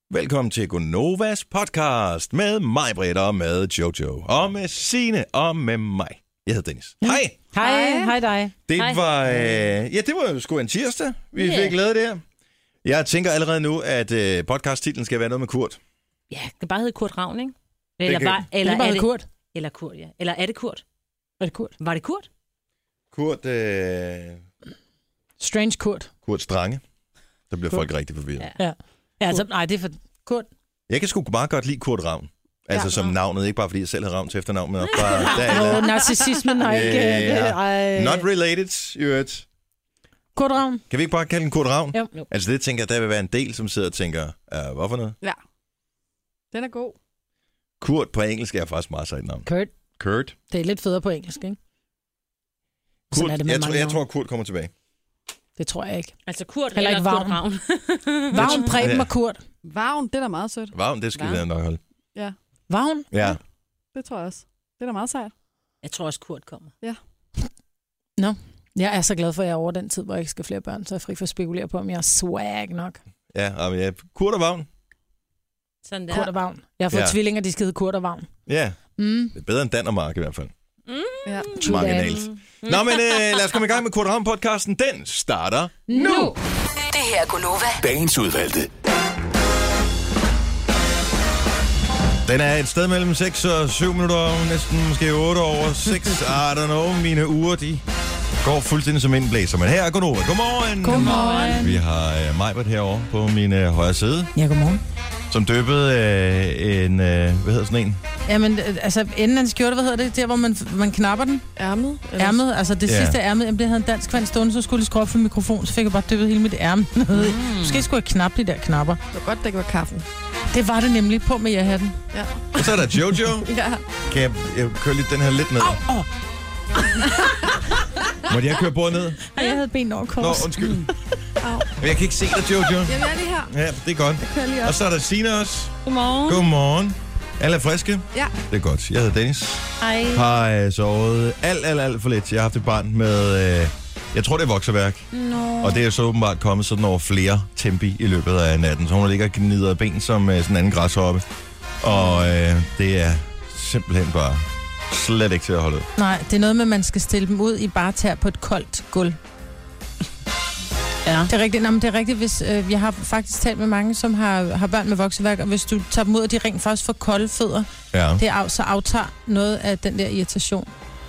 Velkommen til Gonovas podcast med mig, Britt, og med Jojo, og med Signe, og med mig. Jeg hedder Dennis. Hej. Hej dig. Det var jo sgu en tirsdag, vi fik lavet det her. Jeg tænker allerede nu, at podcasttitlen skal være noget med Kurt. Ja, det bare hedder Kurt Ravn, ikke? Eller er det Kurt? Eller Kurt, ja. Eller er det Kurt? Er det Kurt? Var det Kurt? Kurt... Strange Kurt. Kurt Strange. Der bliver folk rigtig forvirret. Ja, altså, nej, det er for Kurt. Jeg kan sgu bare godt lide Kurt Ravn. Altså som navnet, ikke bare fordi jeg selv havde Ravn til efternavn, men også bare... narcissismen har ikke... Not related, you heard. Kurt Ravn. Kan vi ikke bare kalde den Kurt Ravn? Jo. Altså det tænker jeg, der vil være en del, som sidder og tænker, hvorfor noget? Ja, den er god. Kurt på engelsk er faktisk meget sejt navn. Kurt. Det er lidt federe på engelsk, ikke? Kurt, jeg tror, Kurt kommer tilbage. Det tror jeg ikke. Altså Kurt eller ikke Kurt Ravn. Vagn, Preben og Kurt. Vagn, det er da meget sødt. Vagn, det skal vi nok holde. Ja. Vagn? Ja. Det tror jeg også. Det er da meget sejt. Jeg tror også, Kurt kommer. Ja. Nå. Jeg er så glad for, at jeg er over den tid, hvor jeg ikke skal flere børn, så jeg er fri for at spekulere på, om jeg er swag nok. Ja, men Kurt og Vagn. Sådan der. Kurt og Vagn. Jeg har fået tvillinger, de skal hedde Kurt og Vagn. Ja, det er bedre end Dan og Mark i hvert fald. Ja. Marginalt. Nå, men lad os komme i gang med Kurt og Ravn-podcasten. Den starter nu. Det her er Gonova. Dagens udvalgte. Den er et sted mellem 6 og 7 minutter, næsten måske 8 over 6. I don't know, mine uger, de går fuldstændig som en blæser. Men her er Gonova. Godmorgen. Godmorgen. Vi har Majbert herovre på min højre side. Ja, godmorgen. Som døbede en, hvad hedder sådan en? Jamen, altså, enden af en skjorte, hvad hedder det? Der, hvor man knapper den? Ærmet? Ærmet, altså det sidste ærmet. Jamen, det havde en dansk vand stående, så skulle jeg skrue op for mikrofon, så fik jeg bare dyppet hele mit ærme ned i. Måske skulle jeg knappe de der knapper. Det var godt, det ikke var kaffen. Det var det nemlig. På med jer-hatten. Ja. Og så er der Jojo. Ja. Kan jeg køre lidt den her lidt ned? Måtte jeg køre bordet ned? Nej, jeg havde ben over kors. Nå, undskyld. Men jeg kan ikke se dig, Jojo. Jamen, jeg er lige her. Ja, det er godt. Og så er der Signe også. Godmorgen. Godmorgen. Alle er friske? Ja. Det er godt. Jeg hedder Dennis. Hej. Har sovet alt for lidt. Jeg har haft et barn med, jeg tror det er vokseværk. Og det er så åbenbart kommet sådan over flere tempi i løbet af natten. Så hun ligger og gnider ben som sådan en anden græshoppe. Og det er simpelthen bare slet ikke til at holde ud. Nej, det er noget med, at man skal stille dem ud i bare tær på et koldt gulv. Ja. Det er rigtigt. Nå, men det er rigtigt, hvis jeg har faktisk talt med mange, som har børn med vokseværk, og hvis du tager dem ud, og de rent faktisk får kolde fødder, så aftager noget af den der irritation.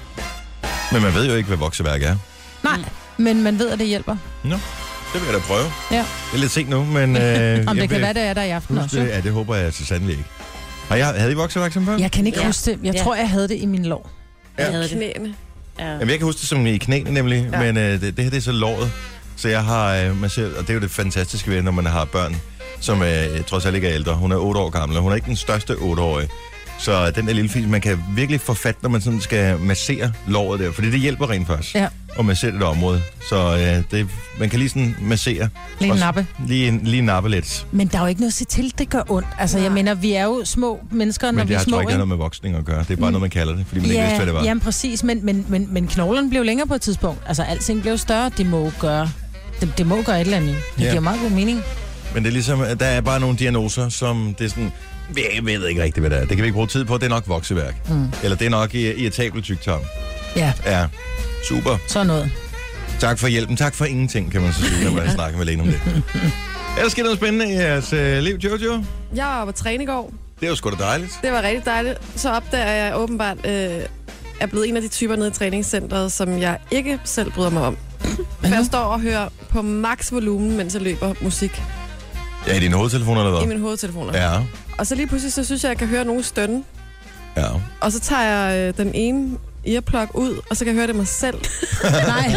Men man ved jo ikke, hvad vokseværk er. Nej, men man ved, at det hjælper. Nå, det vil jeg da prøve. Ja. Det er lidt sent nu, men... Om det kan være, det er der i aften også. Ja, det håber jeg så sandelig ikke. Havde I vokseværk som børn? Jeg kan ikke huske det. Jeg tror, jeg havde det i min lår. Jeg havde Knæene. Ja. Jamen, jeg kan huske det som i knæene nemlig, men det her det er så låret. Så jeg har, man ser, og det er jo det fantastiske ved, når man har børn, som trods alt ikke er ældre. Hun er 8 år gammel, og hun er ikke den største 8-årige. Så den der lille fis, man kan virkelig få fat, når man sådan skal massere låret der, fordi det hjælper rent først at massere det område. Så man kan lige sådan massere. Lige nappe. Lige nappe lidt. Men der er jo ikke noget at sige til, det gør ondt. Altså, jeg mener, vi er jo små mennesker, når vi er små. Men det har ikke noget med voksning at gøre. Det er bare noget, man kalder det, fordi man ikke vidste, hvad det var. Jamen, præcis. Men knoglerne blev længere på et tidspunkt. Altså, alting blev større. Det må gøre et eller andet. Det giver meget god mening. Men det er ligesom, at der er bare nogle diagnoser, som det er sådan... Jeg ved ikke rigtigt, hvad det er. Det kan vi ikke bruge tid på. Det er nok vokseværk. Eller det er nok irritabel tyktarm. Ja. Ja, super. Sådan noget. Tak for hjælpen. Tak for ingenting, kan man så sige, når man snakker med Lene om det. Ellers sker noget spændende i jeres liv, Jojo? Jeg var på træning i går. Det er jo sgu da dejligt. Det var rigtig dejligt. Så opdager jeg åbenbart, er blevet en af de typer nede i træningscenteret, som jeg ikke selv bryder mig om. For jeg står og hører på max volumen, mens jeg løber musik. Ja, i dine hovedtelefoner eller hvad? I mine hovedtelefoner. Ja. Og så lige pludselig, så synes jeg kan høre nogen stønne. Ja. Og så tager jeg den ene earplug ud, og så kan jeg høre det mig selv. Nej.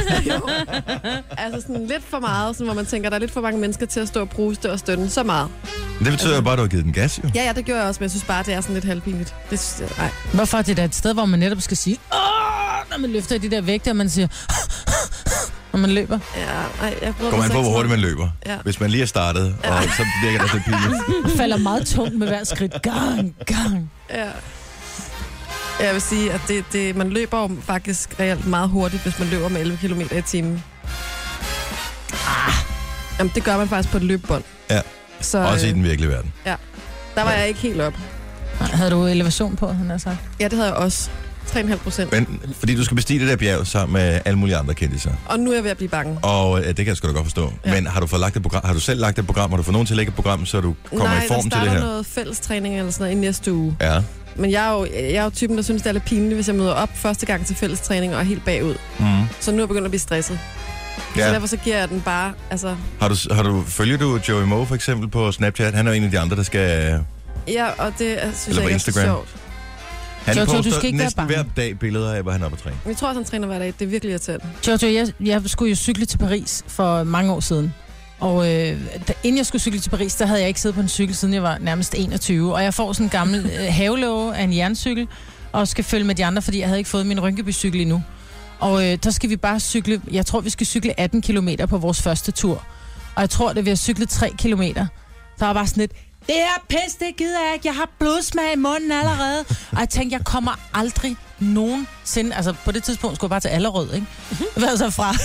Altså sådan lidt for meget, sådan, hvor man tænker, der er lidt for mange mennesker til at stå og bruste og stønne så meget. Det betyder jo bare, at du har givet den gas, jo. Ja, det gjorde jeg også, men jeg synes bare, det er sådan lidt halvpinligt. Det synes jeg, nej. Hvorfor? Det er et sted, hvor man netop skal sige, når man løfter de der vægte, og man siger, når man løber. Ja, nej, jeg kommer an på, hvor hurtigt man løber. Ja. Hvis man lige er startet, og så virker det så pinligt. Man falder meget tungt med hver skridt. Gang. Ja. Jeg vil sige, at man løber jo faktisk reelt meget hurtigt, hvis man løber med 11 km i timen. Jamen, det gør man faktisk på et løbebånd. Ja. Så, også i den virkelige verden. Ja, der var jeg ikke helt op. Havde du elevation på, han har sagt? Ja, det havde jeg også. 3,5%. Men fordi du skal bestige det der bjerg sammen med alle mulige andre kendte. Og nu er jeg ved at blive bange. Og det kan jeg sgu da godt forstå. Ja. Men har du fået lagt et program? Har du selv lagt et program? Har du fået nogen til at lægge et program, så du kommer i form til det her? Nej, der starter noget fællestræning eller sådan noget i næste uge. Ja. Men jeg er jo typen, der synes, det er lidt pinligt, hvis jeg møder op første gang til fællestræning og er helt bagud. Så nu er jeg begyndt at blive stresset. Ja. Så derfor så giver jeg den bare, altså... Følger du Joey Moe for eksempel på Snapchat? Han er jo en af de andre, der skal... Ja, og det synes eller jeg ikke er så sjovt. Han Jojo, poster næsten hver dag billeder af, hvor han er på træning. Jeg tror, at han træner hver dag. Det er virkelig irriterende. Jojo, jeg skulle jo cykle til Paris for mange år siden. Og inden jeg skulle cykle til Paris, der havde jeg ikke siddet på en cykel, siden jeg var nærmest 21. Og jeg får sådan en gammel havelåge af en jerncykel, og skal følge med de andre, fordi jeg havde ikke fået min Rynkeby-cykel endnu. Og der skal vi bare cykle, jeg tror, vi skal cykle 18 kilometer på vores første tur. Og jeg tror, det vi har cyklet 3 kilometer. Så var bare sådan lidt, det er pis, det gider jeg ikke. Jeg har blodsmag i munden allerede. Og jeg tænkte, jeg kommer aldrig nogensinde... Altså, på det tidspunkt skulle jeg bare til Allerød, ikke? Altså fra...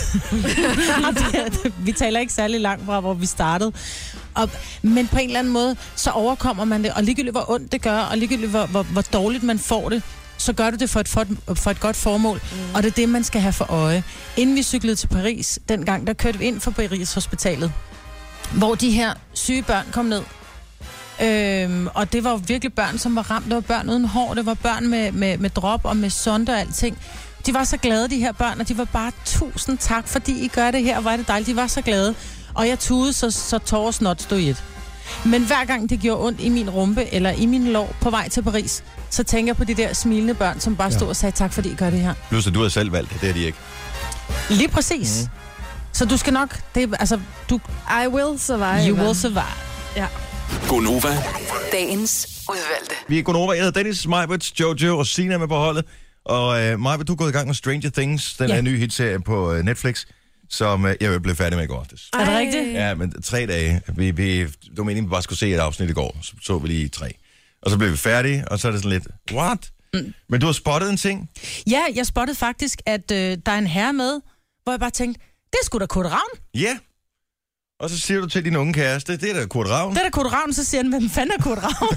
vi taler ikke særlig langt fra, hvor vi startede. Men på en eller anden måde, så overkommer man det. Og ligegyldigt, hvor ondt det gør, og ligegyldigt, hvor dårligt man får det, så gør du det for et godt formål. Og det er det, man skal have for øje. Inden vi cyklede til Paris, dengang, der kørte vi ind for Paris Hospitalet, hvor de her syge børn kom ned. Og det var jo virkelig børn, som var ramt. Det var børn uden hår, det var børn med drop og med sonde og alting. De var så glade, de her børn, og de var bare 1000 tak, fordi I gør det her, hvor er det dejligt. De var så glade, og jeg tudede, så tåresnot stod i et. Men hver gang det gjorde ondt i min rumpe eller i min lår på vej til Paris, så tænker jeg på de der smilende børn, som bare stod og sagde tak, fordi I gør det her. Plus, at du har selv valgt det, det er de ikke. Lige præcis. Så du skal nok... I will survive. You will survive. Ja. Gonova. Dagens udvalgte. Vi er Gonova. Jeg hedder Dennis, Majbert, Jojo og Sina med på holdet. Og Majbert, du er gået i gang med Stranger Things, den her nye hitserie på Netflix, som jeg blev færdig med i går aftes. Er det rigtigt? Ja, men 3 dage. Det var meningen, vi bare skulle se et afsnit i går. Så vi lige 3. Og så blev vi færdige, og så er det sådan lidt, what? Men du har spottet en ting? Ja, jeg spottede faktisk, at der er en herre med, hvor jeg bare tænkte, det er sgu da Kurt Ravn. Ja. Og så siger du til din unge kæreste, det er da Kurt Ravn. Det er da Kurt Ravn, så siger han, hvem fanden er Kurt Ravn?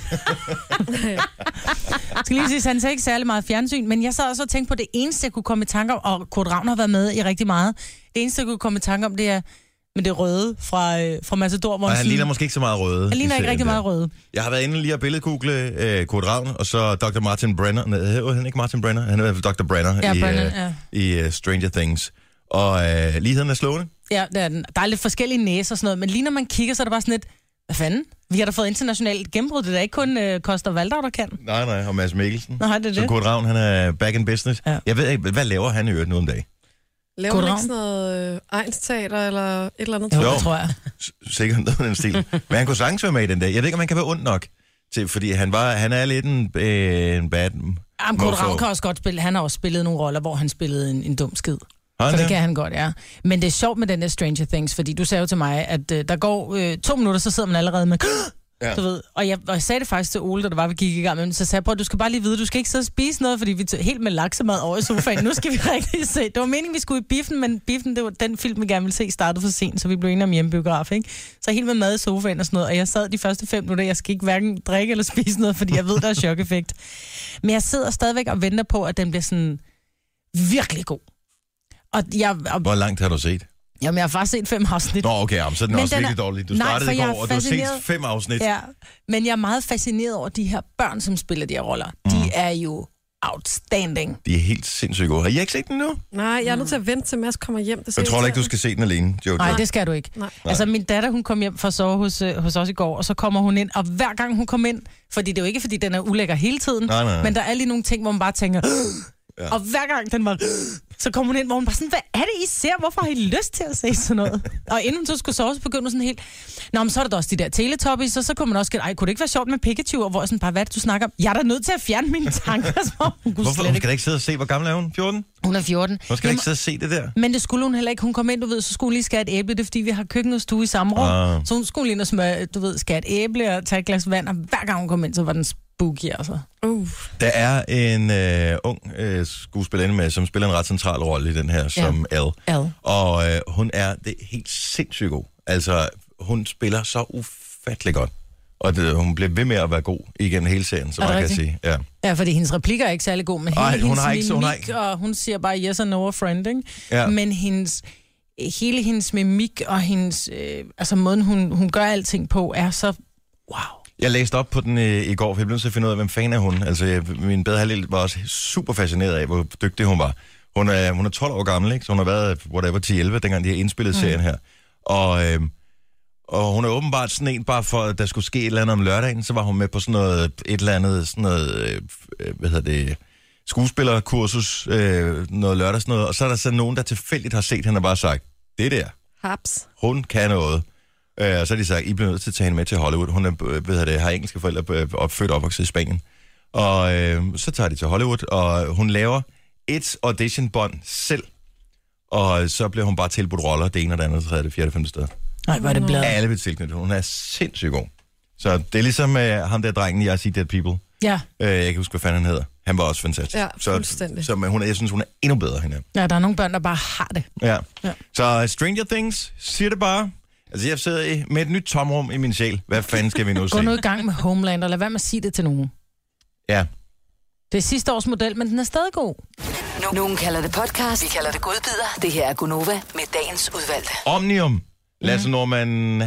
Jeg skal lige sige, han ser ikke særlig meget fjernsyn, men jeg sad også og tænkte på det eneste, jeg kunne komme i tanke om, og Kurt Ravn har været med i rigtig meget. Det eneste, jeg kunne komme i tanke om, det er med det røde fra Matador. Hvor og han ligner måske ikke så meget røde. Han ligner ikke rigtig meget røde. Jeg har været inde lige at billedgoogle Kurt Ravn, og så Dr. Martin Brenner. Nej, hedder han ikke Martin Brenner? Han er Dr. Brenner i Stranger Things. Og ligheden er slående. Ja, der er lidt forskellige næser og sådan noget, men lige når man kigger, så er det bare sådan lidt, hvad fanden? Vi har da fået internationalt gennembrud, det er ikke kun Koster Valdau, der kan. Nej, og Mads Mikkelsen. Nej, det er det. Så Kurt Ravn, han er back in business. Ja. Jeg ved ikke, hvad laver han i øvrigt nu om dagen? Laver han ikke sådan noget egnsteater eller et eller andet? Jo, det tror jeg. Sikkert noget af den stil. Men han kunne sagtens være med i den dag. Jeg ved ikke, om han kan være ond nok til, fordi han er lidt en bad... Kurt Ravn kan også godt spille. Han har også spillet nogle roller, hvor han spillede en dum skid. Så det kan han godt, ja. Men det er sjovt med den der Stranger Things, fordi du sagde jo til mig, at der går 2 minutter, så sidder man allerede med... Ja. Du ved, og jeg sagde det faktisk til Ole, da det var, vi gik i gang med, så sagde jeg, du skal bare lige vide, du skal ikke sidde og spise noget, fordi vi er helt med laksemad over i sofaen. Nu skal vi rigtig se. Det var meningen, vi skulle i biffen, men biffen, det var den film, vi gerne ville se, startede for sent, så vi blev enige om hjemmebiograf, ikke? Så helt med mad i sofaen og sådan noget, og jeg sad de første 5 minutter, jeg skal ikke hverken drikke eller spise noget, fordi jeg ved, der er chok-effekt. Men jeg sidder stadigvæk og venter på, at den bliver sådan virkelig god. Hvor langt har du set? Jamen, jeg har faktisk set 5 afsnit. Nå, okay, så er den også virkelig dårlig. Du startede i går, og du har set 5 afsnit. Ja, men jeg er meget fascineret over de her børn, som spiller de her roller. De er jo outstanding. De er helt sindssygt gode. Har I ikke set den nu? Nej, jeg er nødt til at vente til Mads kommer hjem. Jeg tror ikke, du skal se den alene, Jojo. Nej, det skal du ikke. Nej. Altså, min datter, hun kom hjem for at sove hos os i går, og så kommer hun ind, og hver gang hun kommer ind, fordi det er jo ikke, fordi den er ulækker hele tiden, men der er lige nogle ting, hvor man bare tænker... Ja. Og hver gang den var... Så kom hun ind, hvor hun bare sådan, hvad er det, I ser? Hvorfor har I lyst til at se sådan noget? Og inden hun så skulle sove, så begyndte hun sådan helt... Nå, men så er der også de der Teletubbies, så kunne man også gætte, kunne det ikke være sjovt med Pikachu? Og hvor jeg sådan bare, hvad er det, du snakker om? Jeg er da nødt til at fjerne mine tanker. Hvorfor? Hun skal da ikke sidde og se, hvor gammel er hun? 14? Hun er 14. Hun skal ikke sidde og se det der. Men det skulle hun heller ikke. Hun kom ind, du ved, så skulle hun lige skære et æble. Det er, fordi vi har køkken og stue i samme rum. Så hun skulle lige ind og smøre, du ved, skære et æble og tage et glas vand. Og hver gang hun kom ind, så var den spooky, altså. Der er en ung skuespillerinde med, som spiller en ret central rolle i den her, som L. Og hun er det helt sindssygt god. Altså, hun spiller så ufattelig godt. Og hun blev ved med at være god igennem hele serien, så meget kan jeg sige. Ja. Ja, fordi hendes replikker er ikke særlig god, men hendes mimik, og hun siger bare yes or no a friend, ikke? Ja. Men hele hendes mimik og hendes, altså måden hun gør alting på, er så wow. Jeg læste op på den i går, for jeg blev nødt til at finde ud af, hvem fan er hun. Altså, min bedre halvdel var også super fascineret af, hvor dygtig hun var. Hun er 12 år gammel, ikke? Så hun har været, 10-11, dengang de har indspillet serien her. Og hun er åbenbart sådan en, bare for at der skulle ske et eller andet om lørdagen, så var hun med på sådan noget, skuespillerkursus, noget lørdags noget, og så er der så nogen, der tilfældigt har set hende og bare sagt, det der, Haps. hun kan noget. Og så har de sagt, I bliver nødt til at tage hende med til Hollywood. Hun er, har engelske forældre, født og opvokset i Spanien. Og så tager de til Hollywood, og hun laver et auditionbånd selv. Og så bliver hun bare tilbudt roller, det ene og det andet, tredje, det fjerde, femte sted. Nej, hvor er det blevet. Alle vil tilknytte. Hun er sindssygt god. Så det er ligesom ham der drengen, jeg siger Dead People. Ja. Jeg kan huske, hvad fanden han hedder. Han var også fantastisk. Ja, fuldstændig. Så jeg synes, hun er endnu bedre end hende. Ja, der er nogle børn, der bare har det. Ja. Så Stranger Things, siger det bare. Altså, jeg sidder med et nyt tomrum i min sjæl. Hvad fanden skal vi nu se? Gå nu i gang med Homeland, og lad være med at sige det til nogen. Ja. Det er sidste års model, men den er stadig god. Nogen kalder det podcast, vi kalder det godbidder. Det her er Gunova med dagens udvalgte. Omnium. Lasse Norman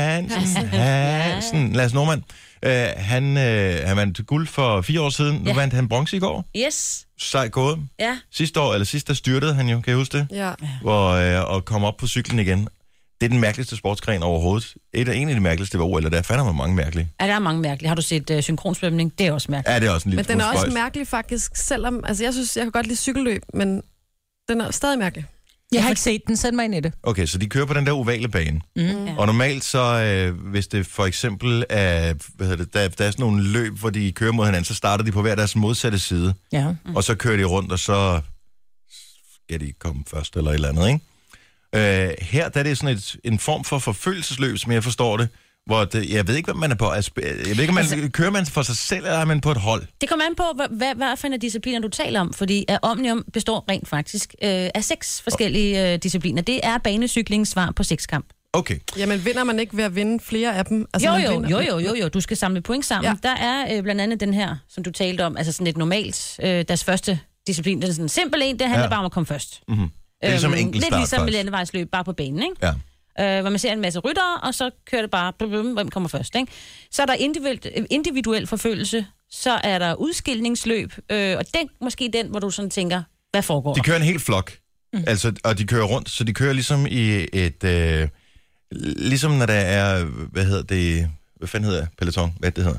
Hansen. Lasse Norman. Han vandt guld for 4 år siden. Nu vandt han bronze i går. Yes. Sejt gået. Ja. Sidste styrtede han jo, kan I huske det? Ja. Og kom op på cyklen igen. Det er den mærkeligste sportsgren overhovedet. En af de mærkeligste var OL, og der fandt man mange mærkelige. Ja, der er mange mærkelige. Har du set synkronsvømning? Det er også mærkeligt. Ja, det er også en lille Men den er også spøjs. mærkelig faktisk, selvom... Altså, jeg synes, jeg kan godt lide cykelløb, men den er stadig mærkelig. Jeg har ikke set den. Send mig ind i det. Okay, så de kører på den der ovale bane. Ja. Og normalt så, hvis det for eksempel er... der er sådan nogle løb, hvor de kører mod hinanden, så starter de på hver deres modsatte side. Ja. Og så kører de rundt, og så skal de komme først eller et eller andet, ikke? Her der er det sådan en form for forfølgelsesløb, som jeg forstår det, hvor jeg ved ikke, hvad man er på. Jeg ved ikke, om kører man for sig selv, eller er man på et hold? Det kommer an på, hvad for en discipliner du taler om, fordi Omnium består rent faktisk af 6 forskellige discipliner. Det er banecykling svar på 6-kamp. Okay. Jamen, vinder man ikke ved at vinde flere af dem? Altså, Jo. Du skal samle point sammen. Ja. Der er blandt andet den her, som du talte om, altså sådan et normalt, deres første disciplin, den er sådan en simpel en, det handler bare om at komme først. Mm-hmm. Det er ligesom enkelt start, lidt ligesom med landevejsløb, bare på banen, ikke? Ja. Hvor man ser en masse ryttere, og så kører det bare, hvem kommer først, ikke? Så er der individuel forfølgelse, så er der udskilningsløb, og måske den, hvor du sådan tænker, hvad foregår de kører en hel flok, altså, og de kører rundt, så de kører ligesom i et... ligesom når der er, hvad fanden hedder peloton? Hvad det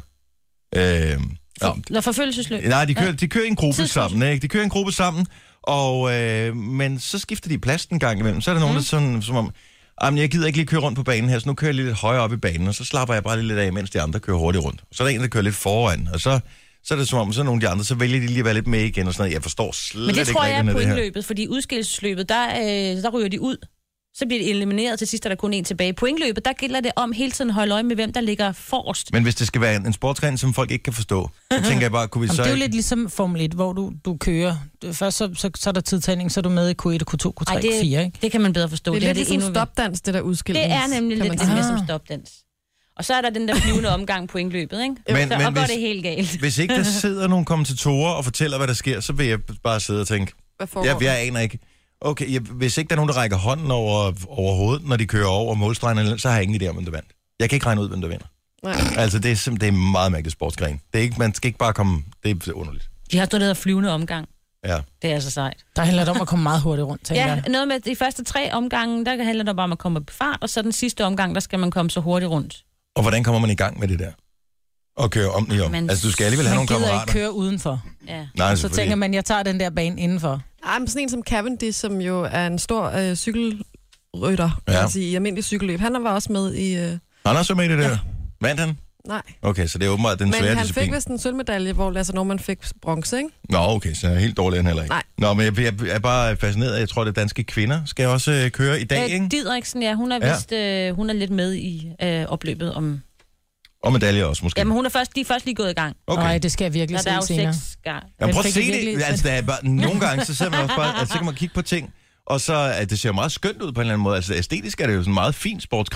hedder? Forfølgelsesløb? Nej, de kører i en gruppe sammen, ikke? De kører i en gruppe sammen, og, men så skifter de plads en gang imellem. Så er der nogen, der sådan, som om, jeg gider ikke lige køre rundt på banen her, så nu kører jeg lidt højere op i banen, og så slapper jeg bare lidt af, mens de andre kører hurtigt rundt. Så er der en, der kører lidt foran, og så er det som om, så er nogle af de andre, så vælger de lige at være lidt med igen, og sådan noget. Jeg forstår slet ikke. Men det tror jeg er pointløbet, fordi udskillelsesløbet, der ryger de ud. Så bliver de elimineret, til sidst er der kun en tilbage. Pointløbet, der gælder det om hele tiden at holde øje med, hvem der ligger forrest. Men hvis det skal være en sportsgren, som folk ikke kan forstå, så tænker jeg bare, kunne vi så... Det er jo lidt ligesom Formel 1, hvor du kører. Først så er der tidtagning, så er du med i Q1, Q2, Q3, Q4, ikke? Det kan man bedre forstå. Det er lidt ligesom stopdans, det der udskillings. Det er nemlig lidt mere som stopdans. Og så er der den der flyvende omgang pointløbet, ikke? Men og går det helt galt. Hvis ikke der sidder nogle kommentatorer og fortæller, hvad der sker, så vil jeg bare sidde og tænke, jeg aner ikke. Okay, hvis ikke der er nogen, der rækker hånden over hovedet, når de kører over målstregen, så har jeg ingen idé om, hvem der vandt. Jeg kan ikke regne ud, hvem der vinder. Nej. Altså, det er simpelthen en meget mærkelig sportsgren. Det er ikke, man skal ikke bare komme... Det er underligt. De har stået der flyvende omgang. Ja. Det er altså sejt. Der handler det om at komme meget hurtigt rundt, tænker jeg. Noget med de første 3 omgange, der handler det bare om at komme på fart, og så den sidste omgang, der skal man komme så hurtigt rundt. Og hvordan kommer man i gang med det der? Og køre om i om? Altså, du skal alligevel have nogle kammerater. Man gider ikke køre udenfor. Ja. Nej, så tænker man, jeg tager den der bane indenfor. Men sådan en som Cavendish, som jo er en stor cykelrytter, kan man sige, i almindelig cykelløb. Han var også med i... Han er også med i det der? Ja. Vandt han? Nej. Okay, så det er åbenbart den svære disciplin. Men han fik vist en sølvmedalje, hvor Lasse Norman fik bronze, ikke? Nå, okay, så er helt dårlig han heller ikke. Nej. Nå, men jeg er bare fascineret. Jeg tror, det danske kvinder skal også køre i dag, ikke? Didriksen, ja, hun er vist hun er lidt med i opløbet om... Og medaljer også, måske. Jamen, de er først lige gået i gang. Okay. Nej, det skal jeg virkelig se senere. Der er jo 6 gange. Jamen, prøv at se det. Altså, der er bare, nogle gange, så ser man også bare, altså, så kan man kigge på ting, og så det ser meget skønt ud på en eller anden måde. Altså, æstetisk er det jo sådan en meget fin sportsgren.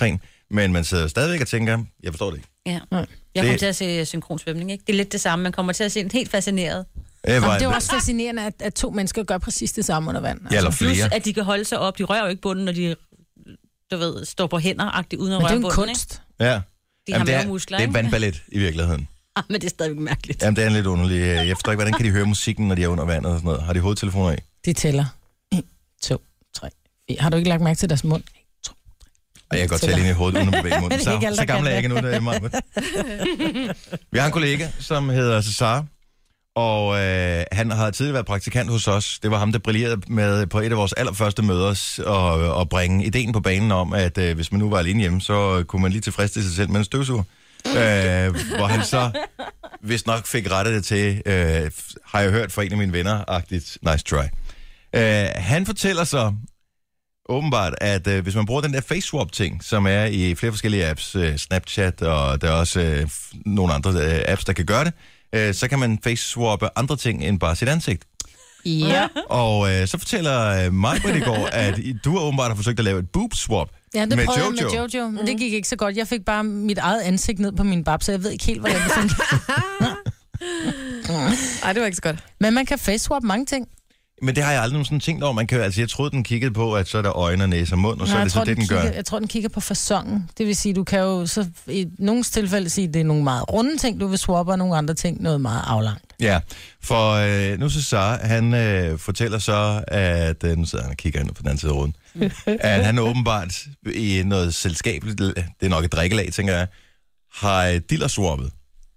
Men man sidder stadigvæk og tænker, jeg forstår det ikke. Ja. Jeg kommer til at se synkronsvømning, ikke? Det er lidt det samme. Man kommer til at se en helt fascineret. Det er jo også fascinerende, at 2 mennesker gør præcis det samme under vand. Ja, eller flere. Plus, at de kan holde sig op. De rører jo ikke bunden, når de, står på hænder-agtigt uden at røre bunden. Men det er jo en kunst. Ja. De har mavemuskler, det er en vandballet i virkeligheden. Men det er stadigvæk mærkeligt. Jamen, det er en lidt underlig. Jeg forstår ikke, hvordan kan de høre musikken, når de er under vandet og sådan noget? Har de hovedtelefoner i? De tæller. 1, 2, 3, 4. Har du ikke lagt mærke til deres mund? 1, 2, 3. Og jeg kan godt tælle ind i hovedet uden at bevæge munden. Så gammel er jeg ikke nu, der Maja. Vi har en kollega, som hedder Cesar, og han har tidligere været praktikant hos os. Det var ham, der brillerede med på et af vores allerførste møder og bringe ideen på banen om, at hvis man nu var alene hjemme, så kunne man lige tilfredsstille sig selv med en støvsuger. Hvor han så, hvis nok fik rettet det til, har jeg hørt fra en af mine venner-agtigt, nice try. Han fortæller så åbenbart, at hvis man bruger den der face-swap-ting, som er i flere forskellige apps, Snapchat, og der er også nogle andre apps, der kan gøre det, så kan man face-swappe andre ting end bare sit ansigt. Ja. Og så fortæller Maj-Brit i går, at du åbenbart har forsøgt at lave et boob-swap. Ja, det prøvede jeg med Jojo, men det gik ikke så godt. Jeg fik bare mit eget ansigt ned på min bab, så jeg ved ikke helt, hvordan det fungerer. Ej, det var ikke så godt. Men man kan face-swap mange ting. Men det har jeg aldrig nogensinde tænkt over. Man kan, altså, jeg troede, den kiggede på, at så er der øjne, næse og mund, og så er det så det, den gør. Jeg tror, den kigger på fasongen. Det vil sige, du kan jo så i nogle tilfælde sige, at det er nogle meget runde ting, du vil swappe, og nogle andre ting, noget meget aflangt. Ja, for nu så Sara, han fortæller så, at nu sidder han og kigger ind på den anden side af ruden, at han åbenbart i noget selskabeligt, det er nok et drikkelag, tænker jeg, har diller-swappet.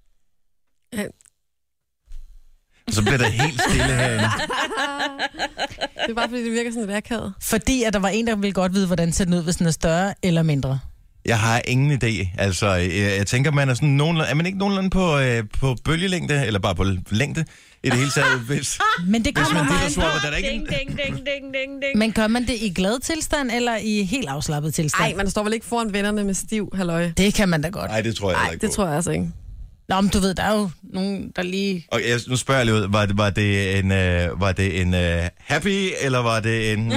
Og så bliver der helt stille herinde. Det er bare, fordi det virker sådan lidt akavet. Fordi at der var en, der ville godt vide, hvordan ser den ud, hvis den er større eller mindre. Jeg har ingen idé. Altså, jeg tænker, man er sådan nogenlunde, er man ikke nogenlunde på bølgelængde, eller bare på længde i det hele taget, hvis, men det hvis man man diller-swapper, der er der ikke... Ding. Men gør man det i glad tilstand, eller i helt afslappet tilstand? Nej, man står vel ikke foran vennerne med stiv halløj. Det kan man da godt. Nej, det tror jeg ikke det tror jeg altså ikke. Nå, men du ved, der er jo nogen, der lige... Og nu spørger jeg lige ud, var det en happy, eller var det en...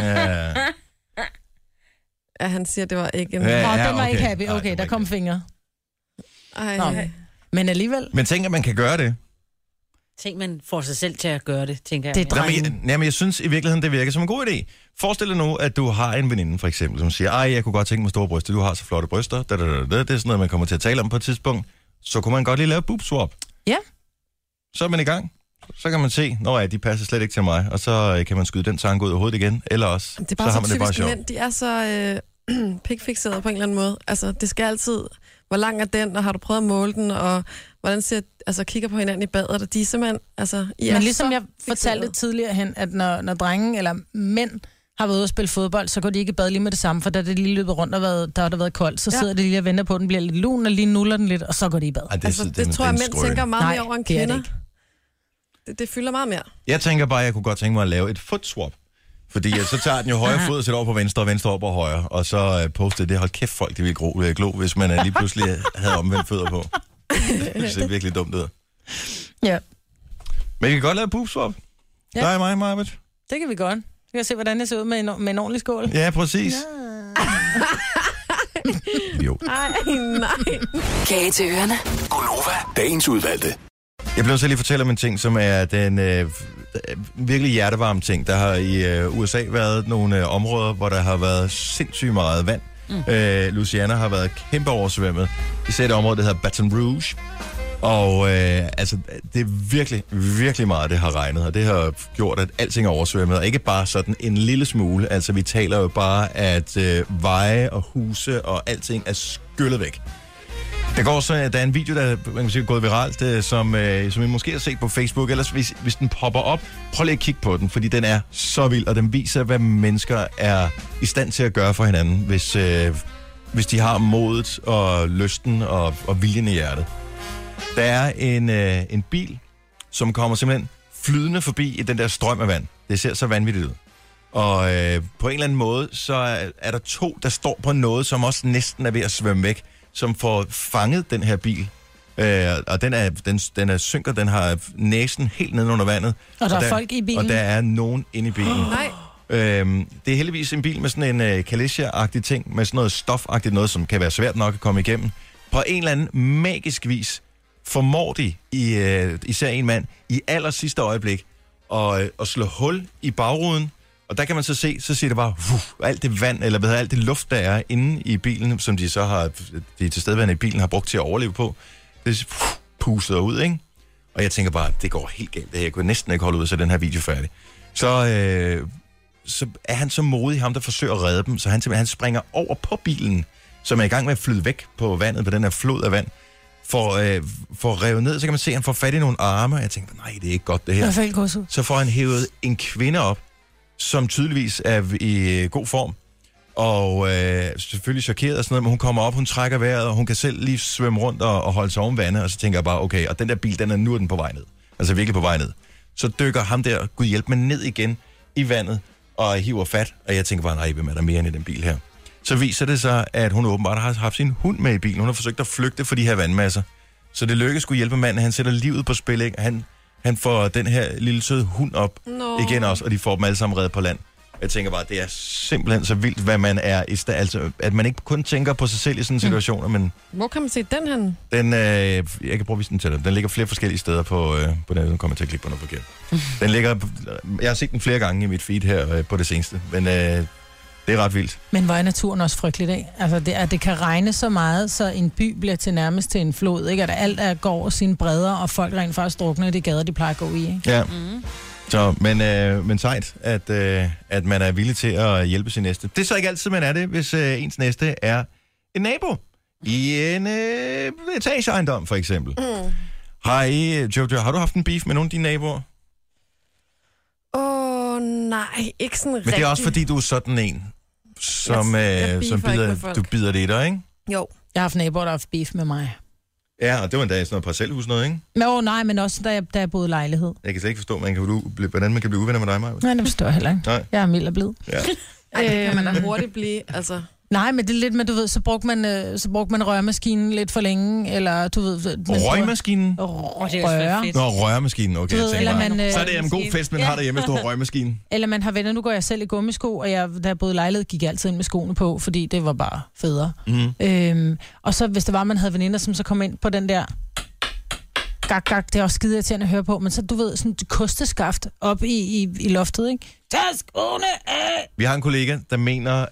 Ja, han siger, det var ikke en... Ja, den var okay. ikke happy. Nej, Okay, der kom fingre. Ej. Nå. Men alligevel... Men tænker man kan gøre det? Tænk, man får sig selv til at gøre det, tænker jeg. Det er drengen. Jamen, jeg synes i virkeligheden, det virker som en god idé. Forestil dig nu, at du har en veninde, for eksempel, som siger, jeg kunne godt tænke mig store bryster, du har så flotte bryster, det er sådan noget, man kommer til at tale om på et tidspunkt. Så kunne man godt lige lave boob swap. Ja. Så er man i gang. Så kan man se, de passer slet ikke til mig, og så kan man skyde den tanke ud af hovedet igen, eller også, det er bare så har man det bare typisk sjovt. mænd, de er så pikfixeret på en eller anden måde. Altså, det skal altid, hvor lang er den, og har du prøvet at måle den, og hvordan kigger på hinanden i badet, og de er simpelthen, Men ligesom jeg fortalte tidligere hen, at når drenge eller mænd har været ude at spille fodbold, så går de ikke i bad lige med det samme, for da det lige løbet rundt, der har der været koldt, så sidder de lige og venter på, at den bliver lidt lun, og lige nuller den lidt, og så går de i bad. Det tror jeg, mænd tænker meget mere over en kvinder. Det fylder meget mere. Jeg tænker bare, at jeg kunne godt tænke mig at lave et foot swap. Fordi så tager den jo højre fod og sætter over på venstre, og venstre op på højre, og så poster det. Hold kæft, folk de vil glo, hvis man lige pludselig havde omvendt fødder på. Det ser virkelig dumt ud. Ja. Men vi kan godt lave boob swap. Ja. Der er mig, Maj-Brit. Det kan vi godt. Vi kan se, hvordan det ser ud med en ordentlig skål. Ja, præcis. Jo. Nej. Kage til ørerne. Gonova, dagens udvalgte. Jeg bliver så lige fortælle om en ting, som er den virkelig hjertevarme ting. Der har i USA været nogle områder, hvor der har været sindssygt meget vand. Louisiana har været kæmpe oversvømmet. Især det område, der hedder Baton Rouge. Og det er virkelig, virkelig meget, det har regnet. Og det har gjort, at alting er oversvømmet. Og ikke bare sådan en lille smule. Altså, vi taler jo bare, at veje og huse og alting er skyllet væk. Der er en video, der man kan sige, er gået viralt, som I måske har set på Facebook. Ellers hvis den popper op, prøv lige at kigge på den, fordi den er så vild, og den viser, hvad mennesker er i stand til at gøre for hinanden, hvis de har modet og lysten og viljen i hjertet. Der er en bil, som kommer simpelthen flydende forbi i den der strøm af vand. Det ser så vanvittigt ud. Og på en eller anden måde, så er der to, der står på noget, som også næsten er ved at svømme væk, som får fanget den her bil. Og den er synker, den har næsen helt nede under vandet. Og der er folk i bilen. Og der er nogen inde i bilen. Det er heldigvis en bil med sådan en Kalesia-agtig ting, med sådan noget stofagtigt noget, som kan være svært nok at komme igennem. På en eller anden magisk vis formår de, især en mand, i aller sidste øjeblik, at slå hul i bagruden. Og der kan man så se, så siger det bare, alt det vand, eller alt det luft, der er inde i bilen, som de så har, de tilstedeværende i bilen har brugt til at overleve på, det puster ud, ikke? Og jeg tænker bare, det går helt galt. Jeg kunne næsten ikke holde ud, så den her video færdig. Så er han så modig, ham der forsøger at redde dem, så han springer over på bilen, som er i gang med at flyde væk på vandet, på den her flod af vand, for revet ned, så kan man se, at han får fat i nogle arme, og jeg tænker, nej, det er ikke godt det her. Så får han hævet en kvinde op, som tydeligvis er i god form, og selvfølgelig chokeret og sådan noget, men hun kommer op, hun trækker vejret, og hun kan selv lige svømme rundt og holde sig oven vandet, og så tænker jeg bare, okay, og den der bil, nu er den på vej ned. Altså virkelig på vej ned. Så dykker ham der, Gud hjælp mig, ned igen i vandet, og hiver fat, og jeg tænker bare, nej, hvem er der mere end i den bil her? Så viser det sig, at hun åbenbart har haft sin hund med i bilen. Hun har forsøgt at flygte for de her vandmasser. Så det lykkes skulle hjælpe manden, han sætter livet på spil, ikke? Han får den her lille søde hund op igen også, og de får dem alle sammen reddet på land. Jeg tænker bare, det er simpelthen så vildt, hvad man er i stedet. Altså, at man ikke kun tænker på sig selv i sådan en situation, men... Hvor kan man se den hen? Jeg kan prøve at vise den til dig. Den ligger flere forskellige steder på den. Nu kommer jeg til at klikke på noget forkert. Den ligger... Jeg har set den flere gange i mit feed her på det seneste, men det er ret vildt. Men hvor er naturen også frygteligt, ikke? Altså, det kan regne så meget, så en by bliver til nærmest til en flod, ikke? At alt går over sine bredder, og folk rent faktisk drukner i de gader, de plejer at gå i, ikke? Ja. Så, men sejt, at man er villig til at hjælpe sin næste. Det er så ikke altid, man er det, hvis ens næste er en nabo i en etageejendom, for eksempel. Jojo, har du haft en beef med nogle af dine naboer? Nej, ikke sådan rigtig. Men det er også fordi, du er sådan en, som bider det i dig, ikke? Jo. Jeg har haft naboer, der har haft beef med mig. Ja, og det var endda sådan noget parcelhus noget, ikke? Nej, men også da jeg boede i lejlighed. Jeg kan slet ikke forstå, hvordan man kan blive uvenner med dig, Maja. Nej, det forstår jeg heller ikke. Nej. Jeg er mild og blid. Ja. Det kan man da hurtigt blive, altså... Nej, men det er lidt med, du ved, så brugte man rørmaskinen lidt for længe, eller du ved... Røgmaskinen? Rørmaskinen, okay. Ved, så er det en god fest, man har derhjemme, stor røgmaskinen. Eller man har venner, nu går jeg selv i gummisko, og da jeg boede i lejlighed, gik jeg altid ind med skoene på, fordi det var bare federe. Og så hvis det var, man havde veninder, som så kom ind på den der... Gak, det er også skide irriterende at høre på, men så, du ved, sådan et kosteskaft op i loftet, ikke? Tag skoene af! Vi har en kollega, der mener,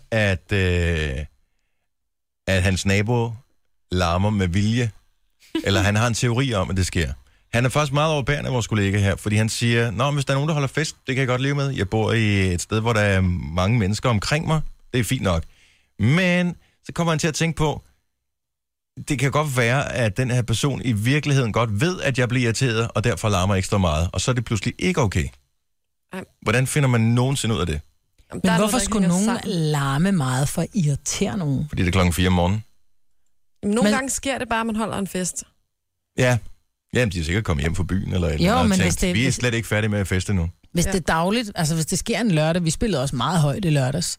at hans nabo larmer med vilje, eller han har en teori om, at det sker. Han er faktisk meget overbærende af vores kollega her, fordi han siger, hvis der er nogen, der holder fest, det kan jeg godt leve med. Jeg bor i et sted, hvor der er mange mennesker omkring mig. Det er fint nok. Men så kommer han til at tænke på, det kan godt være, at den her person i virkeligheden godt ved, at jeg bliver irriteret, og derfor larmer ekstra meget. Og så er det pludselig ikke okay. Hvordan finder man nogensinde ud af det? Men hvorfor skulle nogen larme meget for at irritere nogen? Fordi det er 4:00 om morgenen. Nogle gange sker det bare, at man holder en fest. Ja. Jamen, de er sikkert kommet hjem fra byen, eller men vi er slet ikke færdige med at feste nu. Hvis det er dagligt, altså hvis det sker en lørdag, vi spillede også meget højt i lørdags.